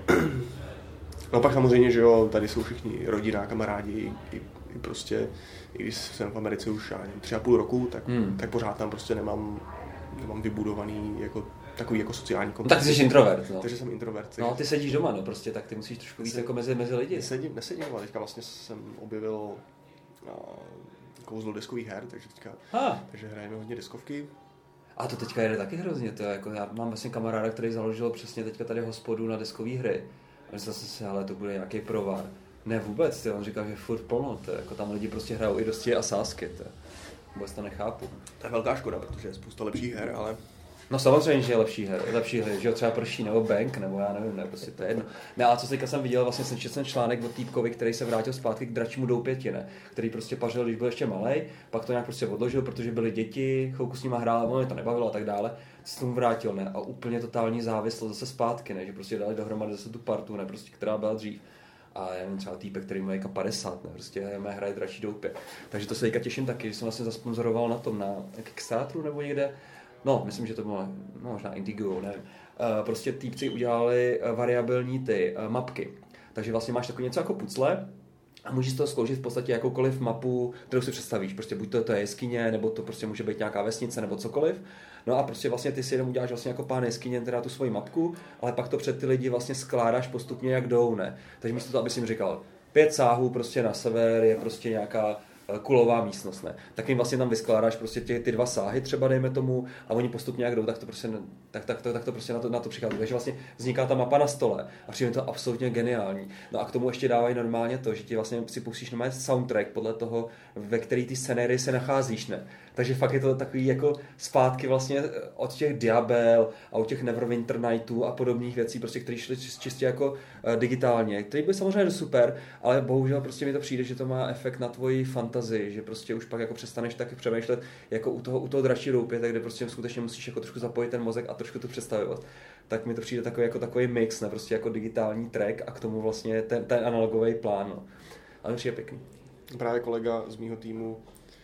no pak samozřejmě, že jo, tady jsou všichni rodina, kamarádi, i, i prostě, i když jsem v Americe už já nevím, tři a půl roku, tak, hmm. tak pořád tam prostě nemám, nemám vybudovaný jako takový jako sociální kontakt. Tak ty jsi introvert, no. Takže jsem introvert. Takže... No, ty sedíš doma, no, prostě, tak ty musíš trošku víc jako mezi, mezi lidi. Nesedím, nesedím, ale teďka vlastně jsem objevil no, kouzlo deskových her, takže teďka, ah. takže hrajeme hodně deskovky. A to teďka jede taky hrozně, to jako já mám vlastně kamaráda, který založil přesně teďka tady hospodu na deskové hry. A myslel jsem si, ale to bude nějaký provar. Ne vůbec, ty, on říká, že furt plno, to, jako tam lidi prostě hrajou i dosti a sásky, to. Vůbec to nechápu. To je velká škoda, protože je spousta lepších her, ale... No samozřejmě, že je lepší her, lepší hry, že jo, třeba Prší nebo Bank, nebo já nevím, ne, prostě to je jedno. Ne, ale co teďka jsem viděl, vlastně jsem četl článek od týpkovi, který se vrátil zpátky k dračímu doupěti, ne, který prostě pařil, když byl ještě malej, pak to nějak prostě odložil, protože byly děti, chvilku s nima hrál, ono je to nebavilo a tak dále, se tomu vrátil, ne, a úplně totální závislost zase zpátky, ne, že prostě dali dohromady zase tu partu, ne, prostě, která byla dřív. A já nevím, třeba týpek, který má jako padesát, ne, prostě mé hraje dračí doupě. Takže to se teďka těším taky, že jsem vlastně zasponzoroval na tom, na Kickstarteru nebo někde. No, myslím, že to bylo no, možná Indigo, nevím. Uh, prostě týpci udělali uh, variabilní ty uh, mapky. Takže vlastně máš takový něco jako pucle a můžeš z toho sloužit v podstatě jakoukoliv mapu, kterou si představíš. Prostě buď to, to je jeskyně, nebo to prostě může být nějaká vesnice, nebo cokoliv. No a prostě vlastně ty si jenom uděláš vlastně jako pán jeskyně, teda tu svoji mapku, ale pak to před ty lidi vlastně skládáš postupně jak jdou, ne. Takže místo toho, aby si jim říkal, pět sáhů prostě na sever je prostě nějaká kulová místnost, ne. Tak jim vlastně tam vyskládáš prostě ty, ty dva sáhy třeba dejme tomu a oni postupně jak jdou, tak to prostě, tak, tak, tak, tak to prostě na to, na to přichází. Takže vlastně vzniká ta mapa na stole a přijde to absolutně geniální. No a k tomu ještě dávají normálně to, že ti vlastně si pustíš normálně soundtrack podle toho, ve který ty scenérii se nacházíš, ne. Takže fakt je to takový jako zpátky vlastně od těch Diabel a od těch Neverwinter Nightů a podobných věcí, prostě, které šly čistě jako uh, digitálně, které byly samozřejmě super, ale bohužel prostě mi to přijde, že to má efekt na tvoji fantazii, že prostě už pak jako přestaneš taky přemýšlet jako u toho, u toho dračí doupěte, kde prostě skutečně musíš jako trošku zapojit ten mozek a trošku to představovat. Tak mi to přijde takový jako takový mix, ne, prostě jako digitální track a k tomu vlastně ten, ten analogový plán, no. Ale mi přijde pěkný. Právě kolega z mýho týmu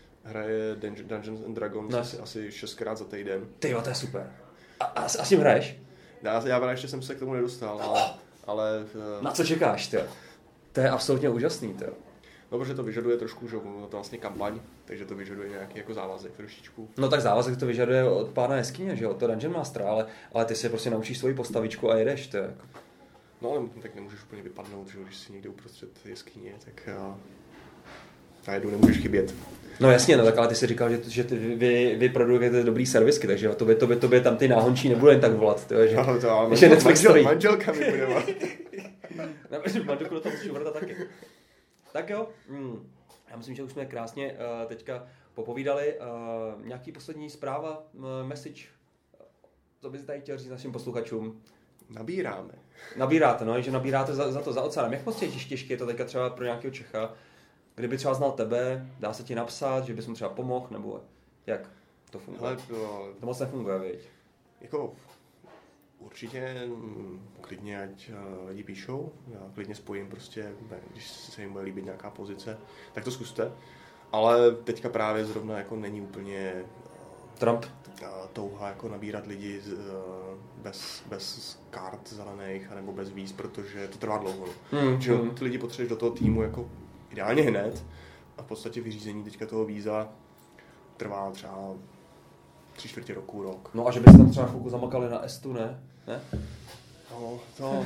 hraje Dungeons and Dragons asi, asi šestkrát za týden. Ty jo, to je super. A, a, a s tím hraješ? Já, já právě ještě jsem se k tomu nedostal, ale... ale na co čekáš, ty? To je absolutně úžasný, ty. No, protože to vyžaduje trošku, že to vlastně kampaň, takže to vyžaduje nějaký jako závazek trošičku. No tak závazek to vyžaduje od pána jeskyně, že jo, to Dungeon Mastera, ale, ale ty si prostě naučíš svoji postavičku a jedeš, to je jako... No ale tak nemůžeš úplně vypadnout, že když jsi někde uprostřed jeskyně, tak já... najednou nemůžeš chybět. No jasně, no tak ale ty si říkal, že, že ty, vy, vy produkujete dobrý servisky, takže tobě, tobě, tobě tam ty náhončí nebude jen tak volat, tyjo, že, no, to, ale že manžel, Netflix manžel, stojí. manželka mi bude volat. Manželku do toho musíš vrtat taky. Tak jo, hmm. já myslím, že už jsme krásně uh, teďka popovídali. Uh, nějaký poslední zpráva, uh, message, co bys tady chtěl říct našim posluchačům? Nabíráme. Nabíráte, no, že nabíráte za, za to, za oceánem. Jak moc těžké těžké je to teďka třeba pro nějakého Čecha? Kdyby třeba znal tebe, dá se ti napsat, že bys mu třeba pomohl, nebo jak to funguje? Ale to, to moc nefunguje, viď? Jako určitě klidně, ať lidi píšou, já klidně spojím prostě, když se jim bude líbit nějaká pozice, tak to zkuste. Ale teďka právě zrovna jako není úplně Trump. touha jako nabírat lidi bez, bez kart zelených nebo bez víz, protože to trvá dlouho. Mm, že mm. ty lidi potřebuješ do toho týmu jako ideálně hned a v podstatě vyřízení teďka toho víza trvá třeba tři čtvrtě roku, rok. No a že byste tam třeba chvilku zamakali na Estu, ne? Ne? No, to...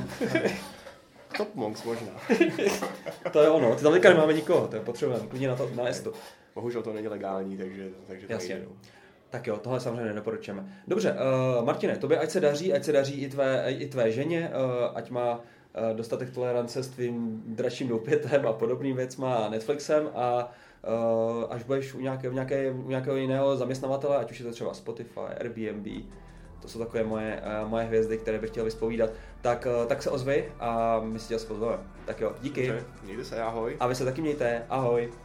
Top Monks možná. To je ono, ty tam teďka nemáme nikoho, to je potřebujeme, klidně na, to, na Estu. Bohužel to není legální, takže, takže to Jasně. nejde. Tak jo, tohle samozřejmě nedoporučujeme. Dobře, uh, Martine, tobě ať se daří, ať se daří i tvé, i tvé ženě, uh, ať má uh, dostatek tolerance s tvým dražším doupětem a podobným věcma a Netflixem a uh, až budeš u, nějaké, u, nějaké, u nějakého jiného zaměstnavatele, ať už je to třeba Spotify, Airbnb, to jsou takové moje, uh, moje hvězdy, které bych chtěl vyspovídat, tak, uh, tak se ozvi a my si tě pozveme. Tak jo, díky. Dobře, mějte se, ahoj. A vy se taky mějte, ahoj.